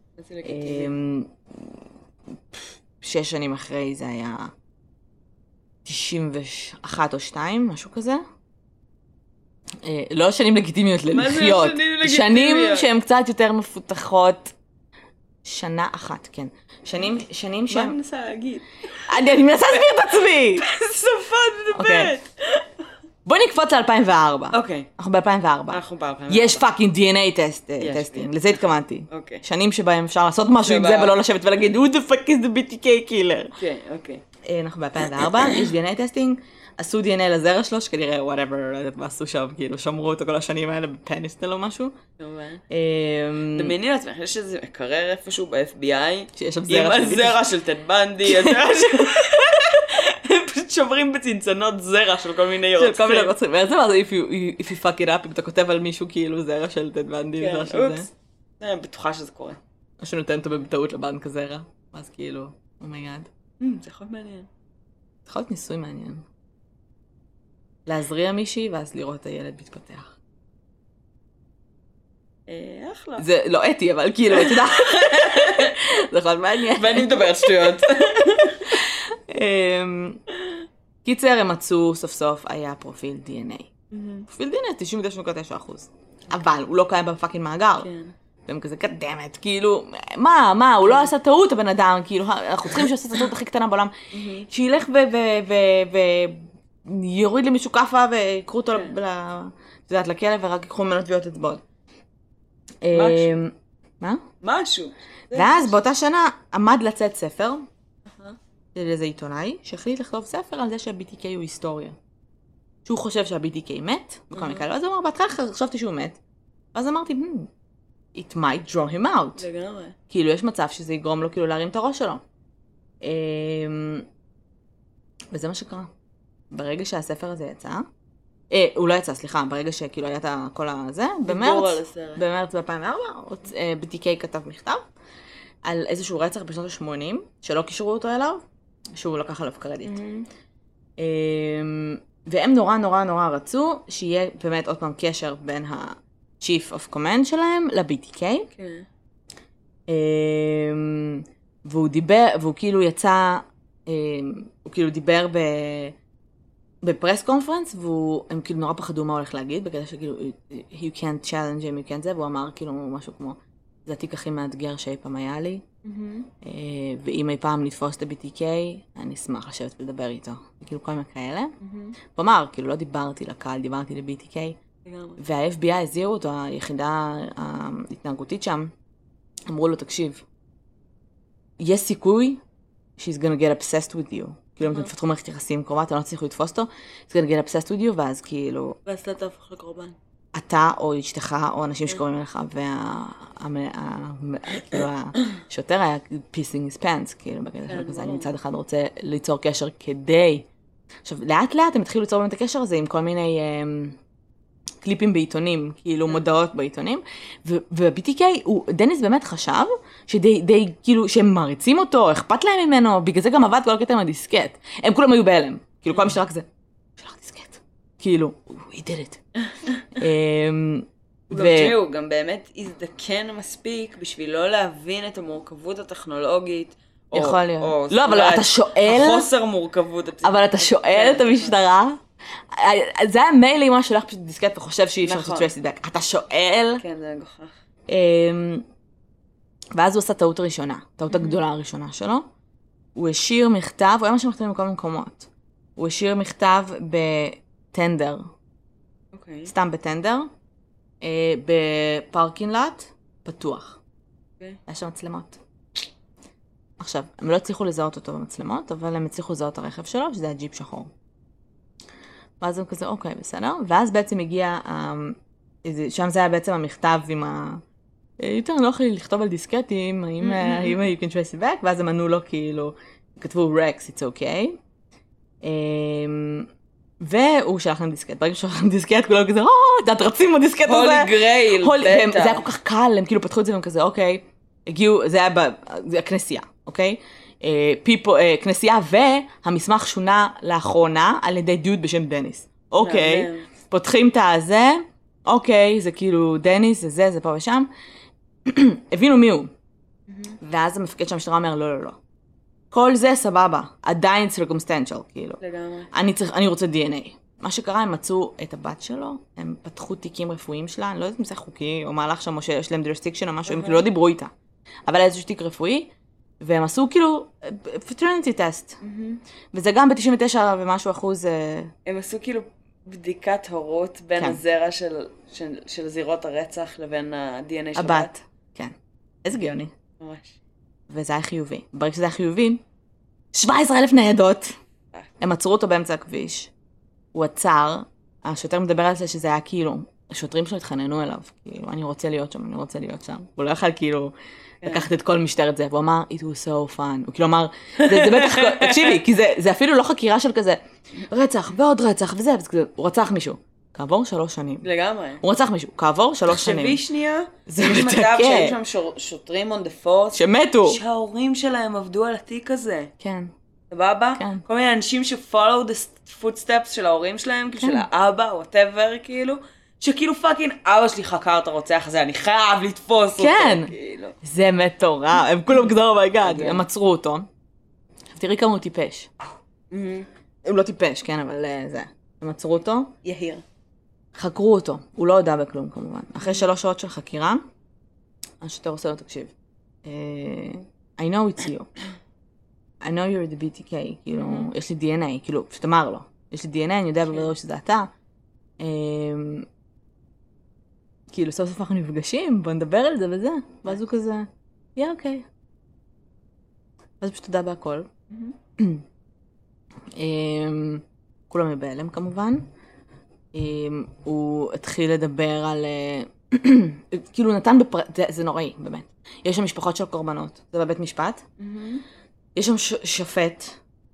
6 שנים אחרי זה היה 91 או 2, משהו כזה. לא שנים לגיטימיות מה זה ללחיות. שנים שנים לגיטימיות? שהן קצת יותר מפותחות. שנה אחת, כן. שנים מה שהן... אני מנסה להגיד? אני מנסה להסביר את עצמי! שפה את מדברת. בואי נקפוץ ל-2004. אוקיי. אנחנו ב-2004. אנחנו ב-2004. יש פאקינג DNA יש, טסטינג, לזה התכוונתי. אוקיי. שנים שבהם אפשר לעשות משהו עם זה ולא לשבת ולהגיד, who the fuck is the BTK killer. כן, אוקיי. אנחנו ב-2004, יש DNA טסטינג, עשו DNA לזרע שלו, שכנראה whatever, לא יודעת מה עשו שם, כאילו שמרו אותו כל השנים האלה בפניסטל או משהו. כמובן. דמייני לעצמך, יש איזה מקרר איפשהו ב-FBI, שיש שם עם זרע. הזרע של טד בנדי, הזרע של... הם פשוט שוברים בצנצנות זרע של כל מיני של כל מיני רוצחים. רוצחים. ואיזה מה זה, if you fuck it up, אם אתה כותב על מישהו כאילו זרע של טד בנדי, כן, זרע של זה. אופס. אני בטוחה שזה קורה. או שנותן אותו בטעות לבנק הזרע. אז כאילו, אומייגאד. זה יכול להיות מעניין. זה יכול להיות ניסוי מעניין. להזריע מישהי ואז לראות את הילד מתפתח. אחלה. זה לא אתי, אבל כאילו, אתה יודע. זה יכול להיות מעניין. ואני מדברת שטויות. קיצר, הם מצאו סוף סוף היה פרופיל DNA. פרופיל DNA 99.9%. אבל הוא לא קיים בפאקינג מאגר. כן. והם כזה קדמת, כאילו, מה, הוא לא עשה טעות הבן אדם, כאילו, אנחנו צריכים שעושה את הטעות הכי קטנה בעולם. שילך ויוריד למישהו כאפה ויקחו אותו לכלא ורק יקחו ממנו טביעות אצבעות. מה? משהו. ואז באותה שנה עמד לצאת ספר, של איזה עיתונאי, שהחליט לכתוב ספר על זה שה-BTK הוא היסטוריה. שהוא חושב שה-BTK מת, וכל מיני כאלה. אז הוא אמר, בהתחלה חשבתי שהוא מת. ואז אמרתי, it might draw him out. לגמרי. כאילו, יש מצב שזה יגרום לו כאילו להרים את הראש שלו. וזה מה שקרה. ברגע שהספר הזה יצא, הוא לא יצא, סליחה, ברגע שכאילו היה את כל הזה, במרץ ב-2004, BTK כתב מכתב על איזשהו רצח בשנות ה-80, שלא קישרו אותו אליו, שהוא לקח עליו קרדיט. והם נורא רצו שיהיה באמת עוד פעם קשר בין ה-Chief of Command שלהם ל-BTK. כן. והוא דיבר, והוא כאילו יצא, הוא כאילו דיבר בפרס קונפרנס, והם כאילו נורא פחדו מה הולך להגיד, בקטע שכאילו, you can't challenge him, you can't זה, והוא אמר כאילו משהו כמו, זה התיק הכי מאתגר שאי פעם היה לי, ואם אי פעם נתפוס את ה-BTK, אני אשמח לשבת ולדבר איתו. כאילו כל מיני כאלה. הוא אמר, כאילו לא דיברתי לקהל, דיברתי ל-BTK, וה-FBI הזהירו אותו, היחידה ההתנהגותית שם, אמרו לו, תקשיב, יש סיכוי she's gonna get obsessed with you. כאילו, אם אתם תפתחו מערכת יחסים קרובה, אתם לא תצליחו לתפוס אותו, she's gonna get obsessed with you, ואז כאילו... ואז אתה תהפוך לקורבן. אתה או אשתך או אנשים שקוראים לך, כאילו, השוטר היה pissing his pants, כאילו, בקטע של כזה, אני מצד אחד רוצה ליצור קשר כדי... עכשיו, לאט לאט הם התחילו ליצור באמת הקשר הזה עם כל מיני... קליפים בעיתונים, כאילו מודעות בעיתונים, וב-BTK, דניס באמת חשב שדי, כאילו, שהם מעריצים אותו, אכפת להם ממנו, בגלל זה גם עבד כל הקטע עם הדיסקט. הם כולם היו בהלם, כאילו כל המשטרה כזה, שלח דיסקט, כאילו, he did it. תראו, גם באמת הזדקן מספיק בשביל לא להבין את המורכבות הטכנולוגית, יכול להיות. לא, אבל אתה שואל... החוסר מורכבות. אבל אתה שואל את המשטרה... זה היה מיילי מה שלך פשוט דיסקט וחושב שאי אפשר לעשות טרייס אידבק. אתה שואל... כן, זה גוחך. ואז הוא עשה טעות הראשונה, טעות הגדולה הראשונה שלו. הוא השאיר מכתב, הוא היה משהו מכתבים בכל מיני מקומות. הוא השאיר מכתב בטנדר. סתם בטנדר. בפארקינג-לאט, פתוח. היה שם מצלמות. עכשיו, הם לא הצליחו לזהות אותו במצלמות, אבל הם הצליחו לזהות את הרכב שלו, שזה היה ג'יפ שחור. ואז הם כזה, אוקיי, בסדר. ואז בעצם הגיע, שם זה היה בעצם המכתב עם יותר אני לא יכולה לכתוב על דיסקטים, האם you can trace it back, ואז הם ענו לו כאילו, כתבו רקס, it's okay. והוא שלח להם דיסקט. ברגע שהוא שלח להם דיסקט, כולם כזה, את רצים בדיסקט הזה. הולי גרייל, בטח. זה היה כל כך קל, הם כאילו פתחו את זה והם כזה, אוקיי, הגיעו, זה היה הכנסייה, אוקיי? כנסייה, והמסמך שונה לאחרונה על ידי דוד בשם דניס. אוקיי, פותחים את הזה, אוקיי, זה כאילו דניס, זה פה ושם. הבינו מי הוא. ואז המפקד של המשטרה אומר, לא. כל זה סבבה, עדיין circumstantial, כאילו. לגמרי. אני רוצה DNA. מה שקרה, הם מצאו את הבת שלו, הם פתחו תיקים רפואיים שלה, אני לא יודעת אם זה חוקי, או מהלך שם, או שיש להם jurisdiction או משהו, הם כאילו לא דיברו איתה. אבל היה איזשהו תיק רפואי, והם עשו כאילו fraternity test. וזה גם ב-99 ומשהו אחוז... הם עשו כאילו בדיקת הורות בין הזרע של זירות הרצח לבין ה-DNA של הבת. כן. איזה גאוני. ממש. וזה היה חיובי. ברגע שזה היה חיובי, 17,000 ניידות. הם עצרו אותו באמצע הכביש. הוא עצר, השוטר מדבר על זה שזה היה כאילו, השוטרים שלו התחננו אליו, כאילו, אני רוצה להיות שם, אני רוצה להיות שם. הוא לא יכל כאילו לקחת את כל משטרת זה, והוא אמר, it was so fun. הוא כאילו אמר, זה בטח, תקשיבי, כי זה אפילו לא חקירה של כזה, רצח ועוד רצח וזה, הוא רצח מישהו. כעבור 3 שנים. לגמרי. הוא רצח מישהו, כעבור 3 שנים. תחשבי שנייה, זה יש מצב מתקה. שהיו שם שוטרים on the force, שמתו. שההורים שלהם עבדו על התיק הזה. כן. סבבה? כן. כל מיני אנשים ש-follow the footsteps של ההורים שלהם, כאילו של האבא, whatever, כאילו, שכאילו פאקינג אבא שלי חקר את הרוצח הזה, אני חייב לתפוס אותו, כן. כאילו. זה מטורף, הם כולם כזה, אומייגאד, הם עצרו אותו. תראי כמה הוא טיפש. הוא לא טיפש, כן, אבל זה. הם עצרו אותו. יהיר. חקרו אותו, הוא לא הודע בכלום כמובן. אחרי 3 שעות של חקירה, השוטר עושה לו תקשיב. I know it's you. I know you're the BTK, כאילו, יש לי DNA, כאילו, פשוט אמר לו. יש לי DNA, אני יודע בוודאות שזה אתה. כאילו, סוף סוף אנחנו נפגשים, בוא נדבר על זה וזה. ואז הוא כזה, אוקיי. ואז פשוט הודע בהכל. כולם מבהלם כמובן. הוא התחיל לדבר על... כאילו נתן זה נוראי, באמת. יש שם משפחות של קורבנות, זה בבית משפט. יש שם שופט,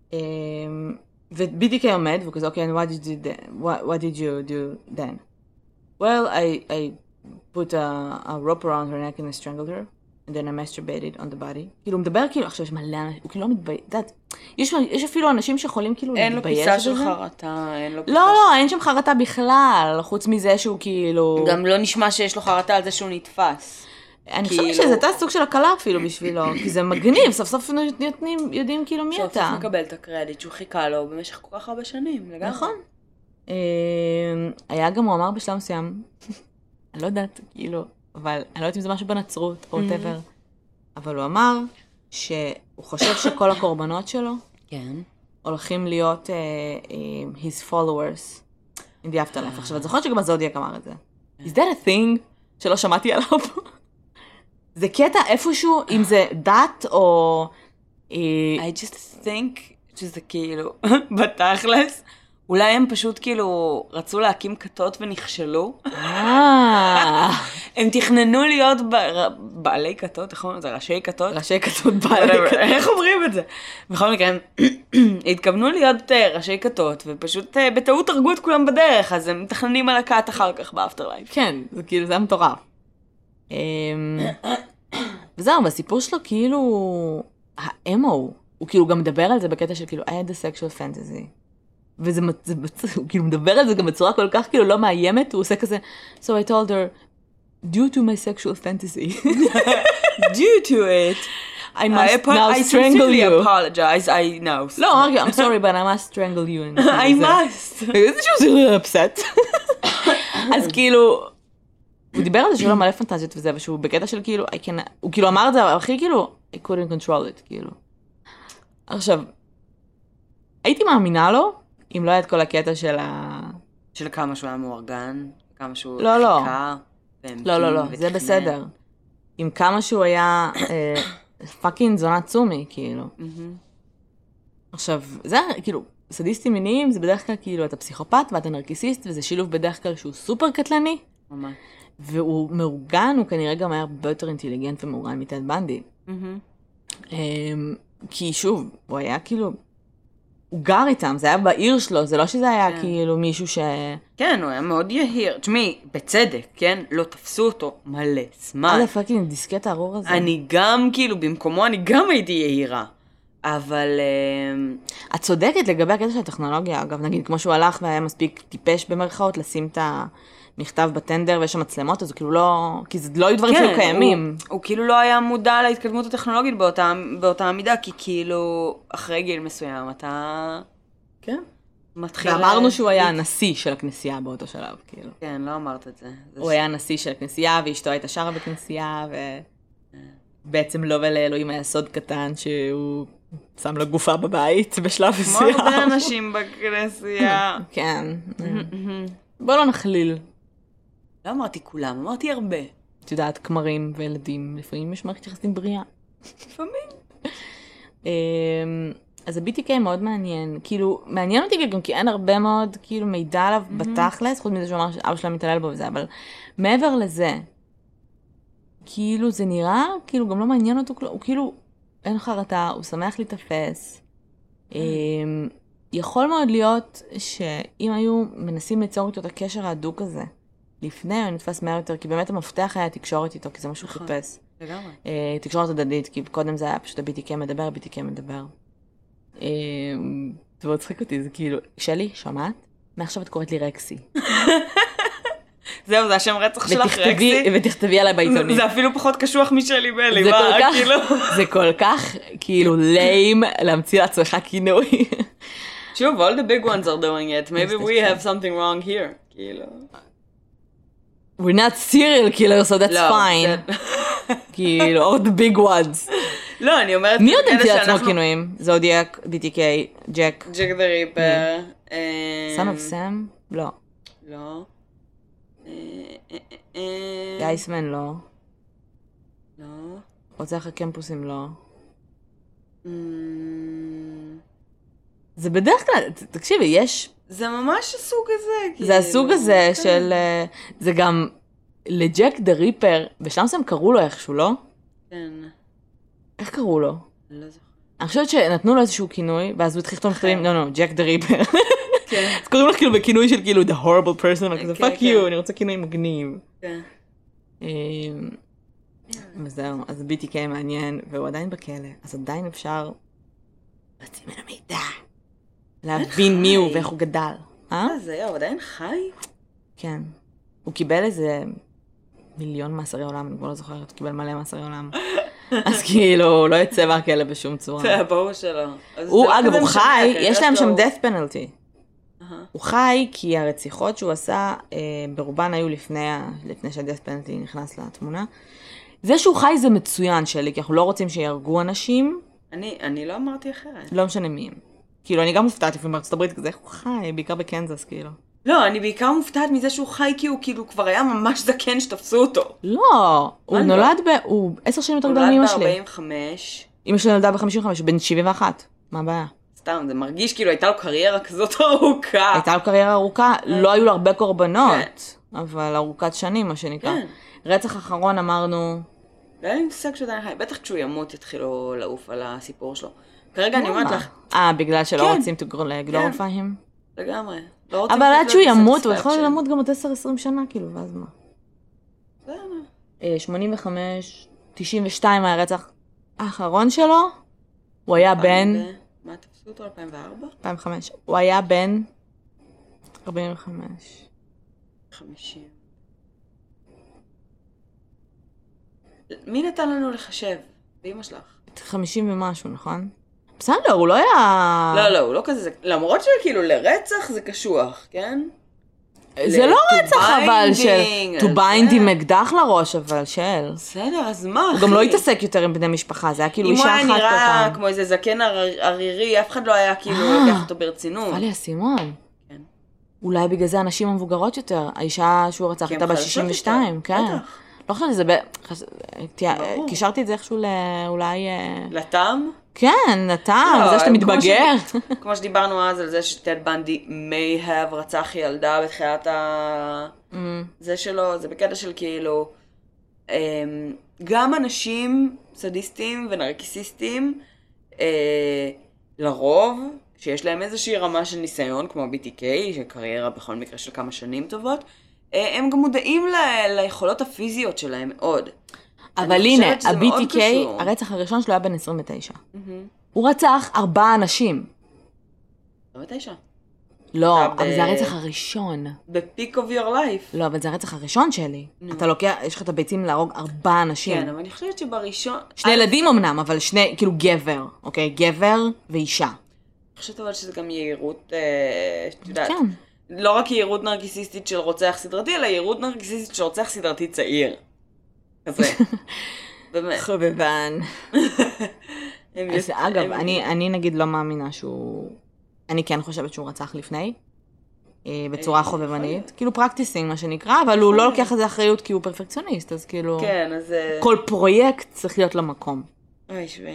ו-BTK עומד, והוא כזה, אוקיי, what did you do then? Well, I put a rope around her neck and I strangled her, and then I masturbated on the body. כאילו, הוא מדבר כאילו, עכשיו יש מלא, הוא כאילו לא מתבייש, יש אפילו אנשים שיכולים כאילו להתבייש בזה. אין לו פיסה של חרטה, אין לו פיסה לא, אין שם חרטה בכלל, חוץ מזה שהוא כאילו... גם לא נשמע שיש לו חרטה על זה שהוא נתפס. אני חושבת שזה הייתה סוג של הקלה אפילו בשבילו, כי זה מגניב, סוף סוף יודעים כאילו מי אתה. סוף סוף מקבל את הקרדיט שהוא חיכה לו במשך כל כך הרבה שנים, לגמרי. נכון. היה גם, הוא אמר בשלב מסוים, אני לא יודעת, כאילו, אבל אני לא יודעת אם זה משהו בנצרות או whatever, אבל הוא אמר שהוא חושב שכל הקורבנות שלו הולכים להיות his followers in the afterlife. עכשיו, את זוכרת שגם הזודיאק אמר את זה. Is that a thing שלא שמעתי עליו? זה קטע איפשהו, אם זה דת או... I just think שזה כאילו, בתכלס, אולי הם פשוט כאילו רצו להקים כתות ונכשלו. הם תכננו להיות בעלי כתות, איך אומרים את זה? ראשי כתות? ראשי כתות בעלי כתות. איך אומרים את זה? בכל מקרה, הם התכוונו להיות ראשי כתות, ופשוט בטעות הרגו את כולם בדרך, אז הם מתכננים על הכת אחר כך באפטרלייף. כן, זה כאילו, זה היה מטורף. וזהו, בסיפור שלו כאילו, האמו, הוא כאילו גם מדבר על זה בקטע של כאילו, I had a sexual fantasy. וזה, הוא כאילו מדבר על זה גם בצורה כל כך כאילו לא מאיימת, הוא עושה כזה, so I told her, due to my sexual fantasy. Due to it. I must now strangle you. I apologize, I know. לא, I'm sorry, but I must strangle you. I must. זה שהוא upset. אז כאילו, הוא דיבר על זה שהוא לא מלא פנטזיות וזה, ושהוא בקטע של כאילו, הוא כאילו אמר את זה, אבל הכי כאילו, I couldn't control it, כאילו. עכשיו, הייתי מאמינה לו, אם לא היה את כל הקטע של של כמה שהוא היה מאורגן, כמה שהוא חיכה. לא, זה בסדר. עם כמה שהוא היה פאקינג זונת צומי, כאילו. עכשיו, זה כאילו, סדיסטים מיניים זה בדרך כלל כאילו, אתה פסיכופת ואתה נרקיסיסט, וזה שילוב בדרך כלל שהוא סופר קטלני. ממש. והוא מאורגן, הוא כנראה גם היה הרבה יותר אינטליגנט ומאורגן מטד בנדי. כי שוב, הוא היה כאילו... הוא גר איתם, זה היה בעיר שלו, זה לא שזה היה כאילו מישהו ש... כן, הוא היה מאוד יהיר. תשמעי, בצדק, כן? לא תפסו אותו מלא זמן. אלה פאקינג דיסקט הארור הזה. אני גם, כאילו, במקומו אני גם הייתי יהירה. אבל... את צודקת לגבי הקטע של הטכנולוגיה, אגב, נגיד, כמו שהוא הלך והיה מספיק טיפש במרכאות, לשים את המכתב בטנדר ויש שם מצלמות, אז הוא כאילו לא... כי זה לא היו דברים שהיו קיימים. הוא כאילו לא היה מודע להתקדמות הטכנולוגית באותה מידה, כי כאילו, אחרי גיל מסוים אתה... כן. מתחיל... ואמרנו שהוא היה הנשיא של הכנסייה באותו שלב, כאילו. כן, לא אמרת את זה. הוא היה הנשיא של הכנסייה, ואשתו הייתה שרה בכנסייה, ובעצם לו ולאלוהים היה סוד קטן שהוא שם לו גופה בבית בשלב מסוים. כמו הרבה אנשים בכנסייה. כן. בוא לא נכליל. לא אמרתי כולם, אמרתי הרבה. את יודעת, כמרים וילדים, לפעמים יש מערכת יחסים בריאה. לפעמים. אז ה-BTK מאוד מעניין, כאילו, מעניין אותי גם כי אין הרבה מאוד, כאילו, מידע עליו בתכלס, חוץ מזה שהוא אמר שאבא שלהם מתעלל בו וזה, אבל מעבר לזה, כאילו, זה נראה, כאילו, גם לא מעניין אותו, הוא כאילו, אין חרטה, הוא שמח להתאפס. יכול מאוד להיות שאם היו מנסים ליצור איתו את הקשר ההדוק הזה, לפני הוא נתפס מהר יותר, כי באמת המפתח היה תקשורת איתו, כי זה משהו חיפש. לגמרי. תקשורת הדדית, כי קודם זה היה פשוט ה-BTK מדבר, ה-BTK מדבר. זה מאוד צחיק אותי, זה כאילו, שלי, שמעת? מעכשיו את קוראת לי רקסי. זהו, זה השם רצח שלך, רקסי. ותכתבי עליי בעיתונים. זה אפילו פחות קשוח משלי בלי, מה, כאילו? זה כל כך, כאילו, ליים להמציא לעצמך כינוי. שוב, all the big ones are doing it. Maybe we have something wrong here. כאילו. We're not serial killers, so that's fine. כאילו, or the big ones. לא, אני אומרת... מי עוד המציא לעצמו כינויים? זודיאק, BTK, ג'ק. ג'ק דה ריפר. סן אוף סם? לא. לא. אייסמן לא. לא. רוצח הקמפוסים לא. זה בדרך כלל, תקשיבי, יש... זה ממש הסוג הזה. זה הסוג הזה של... זה גם לג'ק דה ריפר, בשלב מסוים קראו לו איכשהו, לא? כן. איך קראו לו? לא זוכר. אני חושבת שנתנו לו איזשהו כינוי, ואז הוא התחיל לכתוב מכתבים, לא, ג'ק דה ריפר. כן. אז קוראים לך כאילו בכינוי של כאילו, the horrible person, כזה, fuck you, אני רוצה כינוי מגניב. כן. וזהו, אז BTK מעניין, והוא עדיין בכלא, אז עדיין אפשר להוציא ממנו מידע, להבין מי הוא ואיך הוא גדל. זה היה, הוא עדיין חי? כן. הוא קיבל איזה 1,000,000 מאסרי עולם, אני כבר לא זוכרת, הוא קיבל מלא מאסרי עולם. אז כאילו, הוא לא יצא מהכלא בשום צורה. זה ברור שלא. הוא, אגב, הוא חי, יש להם שם death penalty. הוא חי כי הרציחות שהוא עשה, ברובן היו לפני שה-death penalty נכנס לתמונה. זה שהוא חי זה מצוין שלי, כי אנחנו לא רוצים שירגו אנשים. אני לא אמרתי אחרת. לא משנה מי הם. כאילו, אני גם מופתעת לפעמים בארצות הברית כזה, איך הוא חי, בעיקר בקנזס, כאילו. לא, אני בעיקר מופתעת מזה שהוא חי כי הוא כאילו כבר היה ממש זקן שתפסו אותו. לא, הוא נולד הוא 10 שנים יותר גדול מאמא שלי. הוא נולד ב-45. אמא שלי נולדה ב-55, הוא בן 71. מה הבעיה? סתם, זה מרגיש כאילו הייתה לו קריירה כזאת ארוכה. הייתה לו קריירה ארוכה, לא היו לו הרבה קורבנות, אבל ארוכת שנים, מה שנקרא. רצח אחרון אמרנו... לא היה לי מושג שהוא עדיין חי, בטח כשהוא ימות יתחילו לעוף על הסיפור שלו. כרגע אני אומרת לך... בגלל שלא רוצים לגלוריפיי הם? לגמרי. אבל עד שהוא ימות, הוא יכול למות גם עוד 10-20 שנה, כאילו, ואז מה? בסדר. 85, 92 היה הרצח האחרון שלו, הוא היה בן... מה, תפסו אותו 2004? 2005. הוא היה בן 45. 50. מי נתן לנו לחשב? באמא שלך. 50 ומשהו, נכון? בסדר, הוא לא היה... לא, הוא לא כזה... למרות שכאילו לרצח זה קשוח, כן? זה לא רצח אבל של... to bind עם אקדח לראש, אבל של... בסדר, אז מה, אחי? הוא גם לא התעסק יותר עם בני משפחה, זה היה כאילו אישה אחת כל פעם. אם הוא היה נראה כמו איזה זקן ערירי, אף אחד לא היה כאילו לקח אותו ברצינות. נפל לי אסימון. כן. אולי בגלל זה הנשים המבוגרות יותר. האישה שהוא רצח איתה ב-62, כן. לא חושבת שזה... קישרתי את זה איכשהו לאולי... לטעם? כן, לטעם, זה שאתה מתבגר. כמו שדיברנו אז על זה שטד בנדי may have רצח ילדה בתחילת זה שלו, זה בקטע של כאילו, גם אנשים סדיסטים ונרקיסיסטים, לרוב, שיש להם איזושהי רמה של ניסיון, כמו BTK, שקריירה בכל מקרה של כמה שנים טובות, הם גם מודעים ליכולות הפיזיות שלהם מאוד. אבל הנה, ה-BTK, הרצח הראשון שלו היה בן 29. הוא רצח 4 אנשים. 29? לא, אבל זה הרצח הראשון. ב-peak of your life. לא, אבל זה הרצח הראשון שלי. אתה לוקח, יש לך את הביצים להרוג 4 אנשים. כן, אבל אני חושבת שבראשון... 2 ילדים אמנם, אבל 2, כאילו גבר, אוקיי? גבר ואישה. אני חושבת אבל שזה גם יהירות, את יודעת, כן. לא רק יהירות נרקיסיסטית של רוצח סדרתי, אלא יהירות נרקיסיסטית של רוצח סדרתי צעיר. כזה. באמת. חובבן. אז אגב, אני נגיד לא מאמינה שהוא... אני כן חושבת שהוא רצח לפני, בצורה חובבנית. כאילו פרקטיסינג מה שנקרא, אבל הוא לא לוקח את זה אחריות כי הוא פרפקציוניסט, אז כאילו... כן, אז... כל פרויקט צריך להיות למקום. אוי, שווי.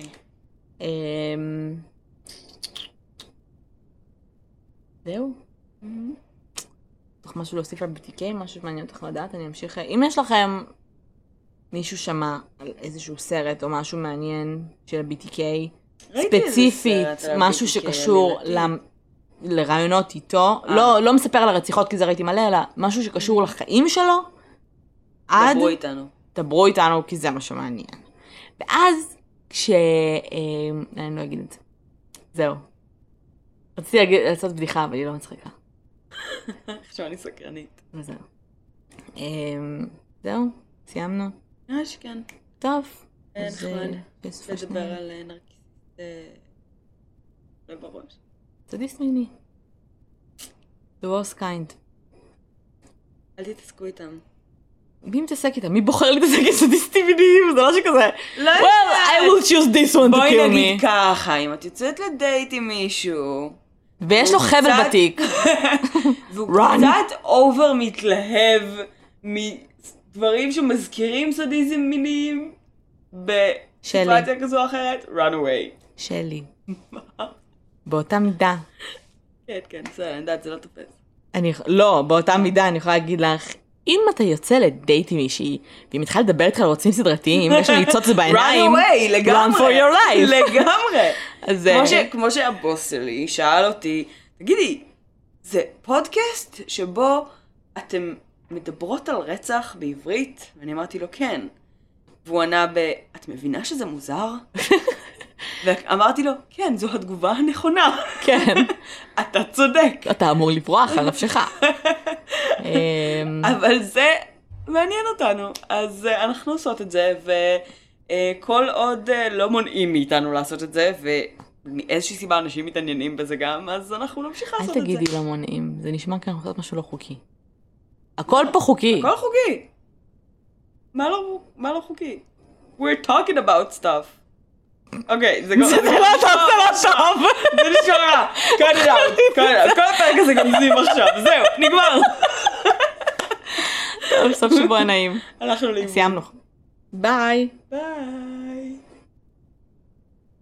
זהו. צריך משהו להוסיף על BTK, משהו שמעניין אותך לדעת, אני אמשיך... אם יש לכם מישהו שמע על איזשהו סרט או משהו מעניין של BTK, ספציפית, משהו שקשור לרעיונות איתו, לא מספר על הרציחות כי זה ראיתי מלא, אלא משהו שקשור לחיים שלו, דברו איתנו. דברו איתנו כי זה מה שמעניין. ואז אני לא אגיד את זה. זהו. רציתי לעשות בדיחה, אבל היא לא מצחיקה. עכשיו אני סקרנית. וזהו. זהו, סיימנו. שכן. טוב. נחמד. לדבר על נרקיסיסט לא בראש. סדיסט מיני. The worst kind. אל תתעסקו איתם. מי מתעסק איתם? מי בוחר להתעסק עם סדיסטים מיניים? זה לא שכזה. לא well, I will choose this one to kill me. בואי נגיד ככה, אם את יוצאת לדייט עם מישהו... ויש לו חבל בתיק. והוא קצת אובר מתלהב מדברים שמזכירים סדיזם מיניים בסיטואציה כזו או אחרת, run away. שלי. באותה מידה. כן, כן, בסדר, אני יודעת, זה לא תופס. לא, באותה מידה אני יכולה להגיד לך, אם אתה יוצא לדייט עם מישהי, והיא מתחילה לדבר איתך על רוצים סדרתיים, יש לי ניצוץ בעיניים, run away, לגמרי. run for your life. לגמרי. כמו שהבוס שלי שאל אותי, תגידי, זה פודקאסט שבו אתם מדברות על רצח בעברית? ואני אמרתי לו, כן. והוא ענה את מבינה שזה מוזר? ואמרתי לו, כן, זו התגובה הנכונה. כן. אתה צודק. אתה אמור לברוח על נפשך. אבל זה מעניין אותנו. אז אנחנו עושות את זה, וכל עוד לא מונעים מאיתנו לעשות את זה, ומאיזושהי סיבה אנשים מתעניינים בזה גם, אז אנחנו נמשיך לעשות את זה. אל תגידי לא מונעים, זה נשמע כאן לעשות משהו לא חוקי. הכל פה חוקי. הכל חוקי. מה לא חוקי? We're talking about stuff. אוקיי, זה לא טוב. זה נשמע רע. cut it out. כל הפרק הזה גם זיב עכשיו. זהו, נגמר. טוב, סוף שבוע נעים. הלכנו לאימון. סיימנו. ביי. ביי.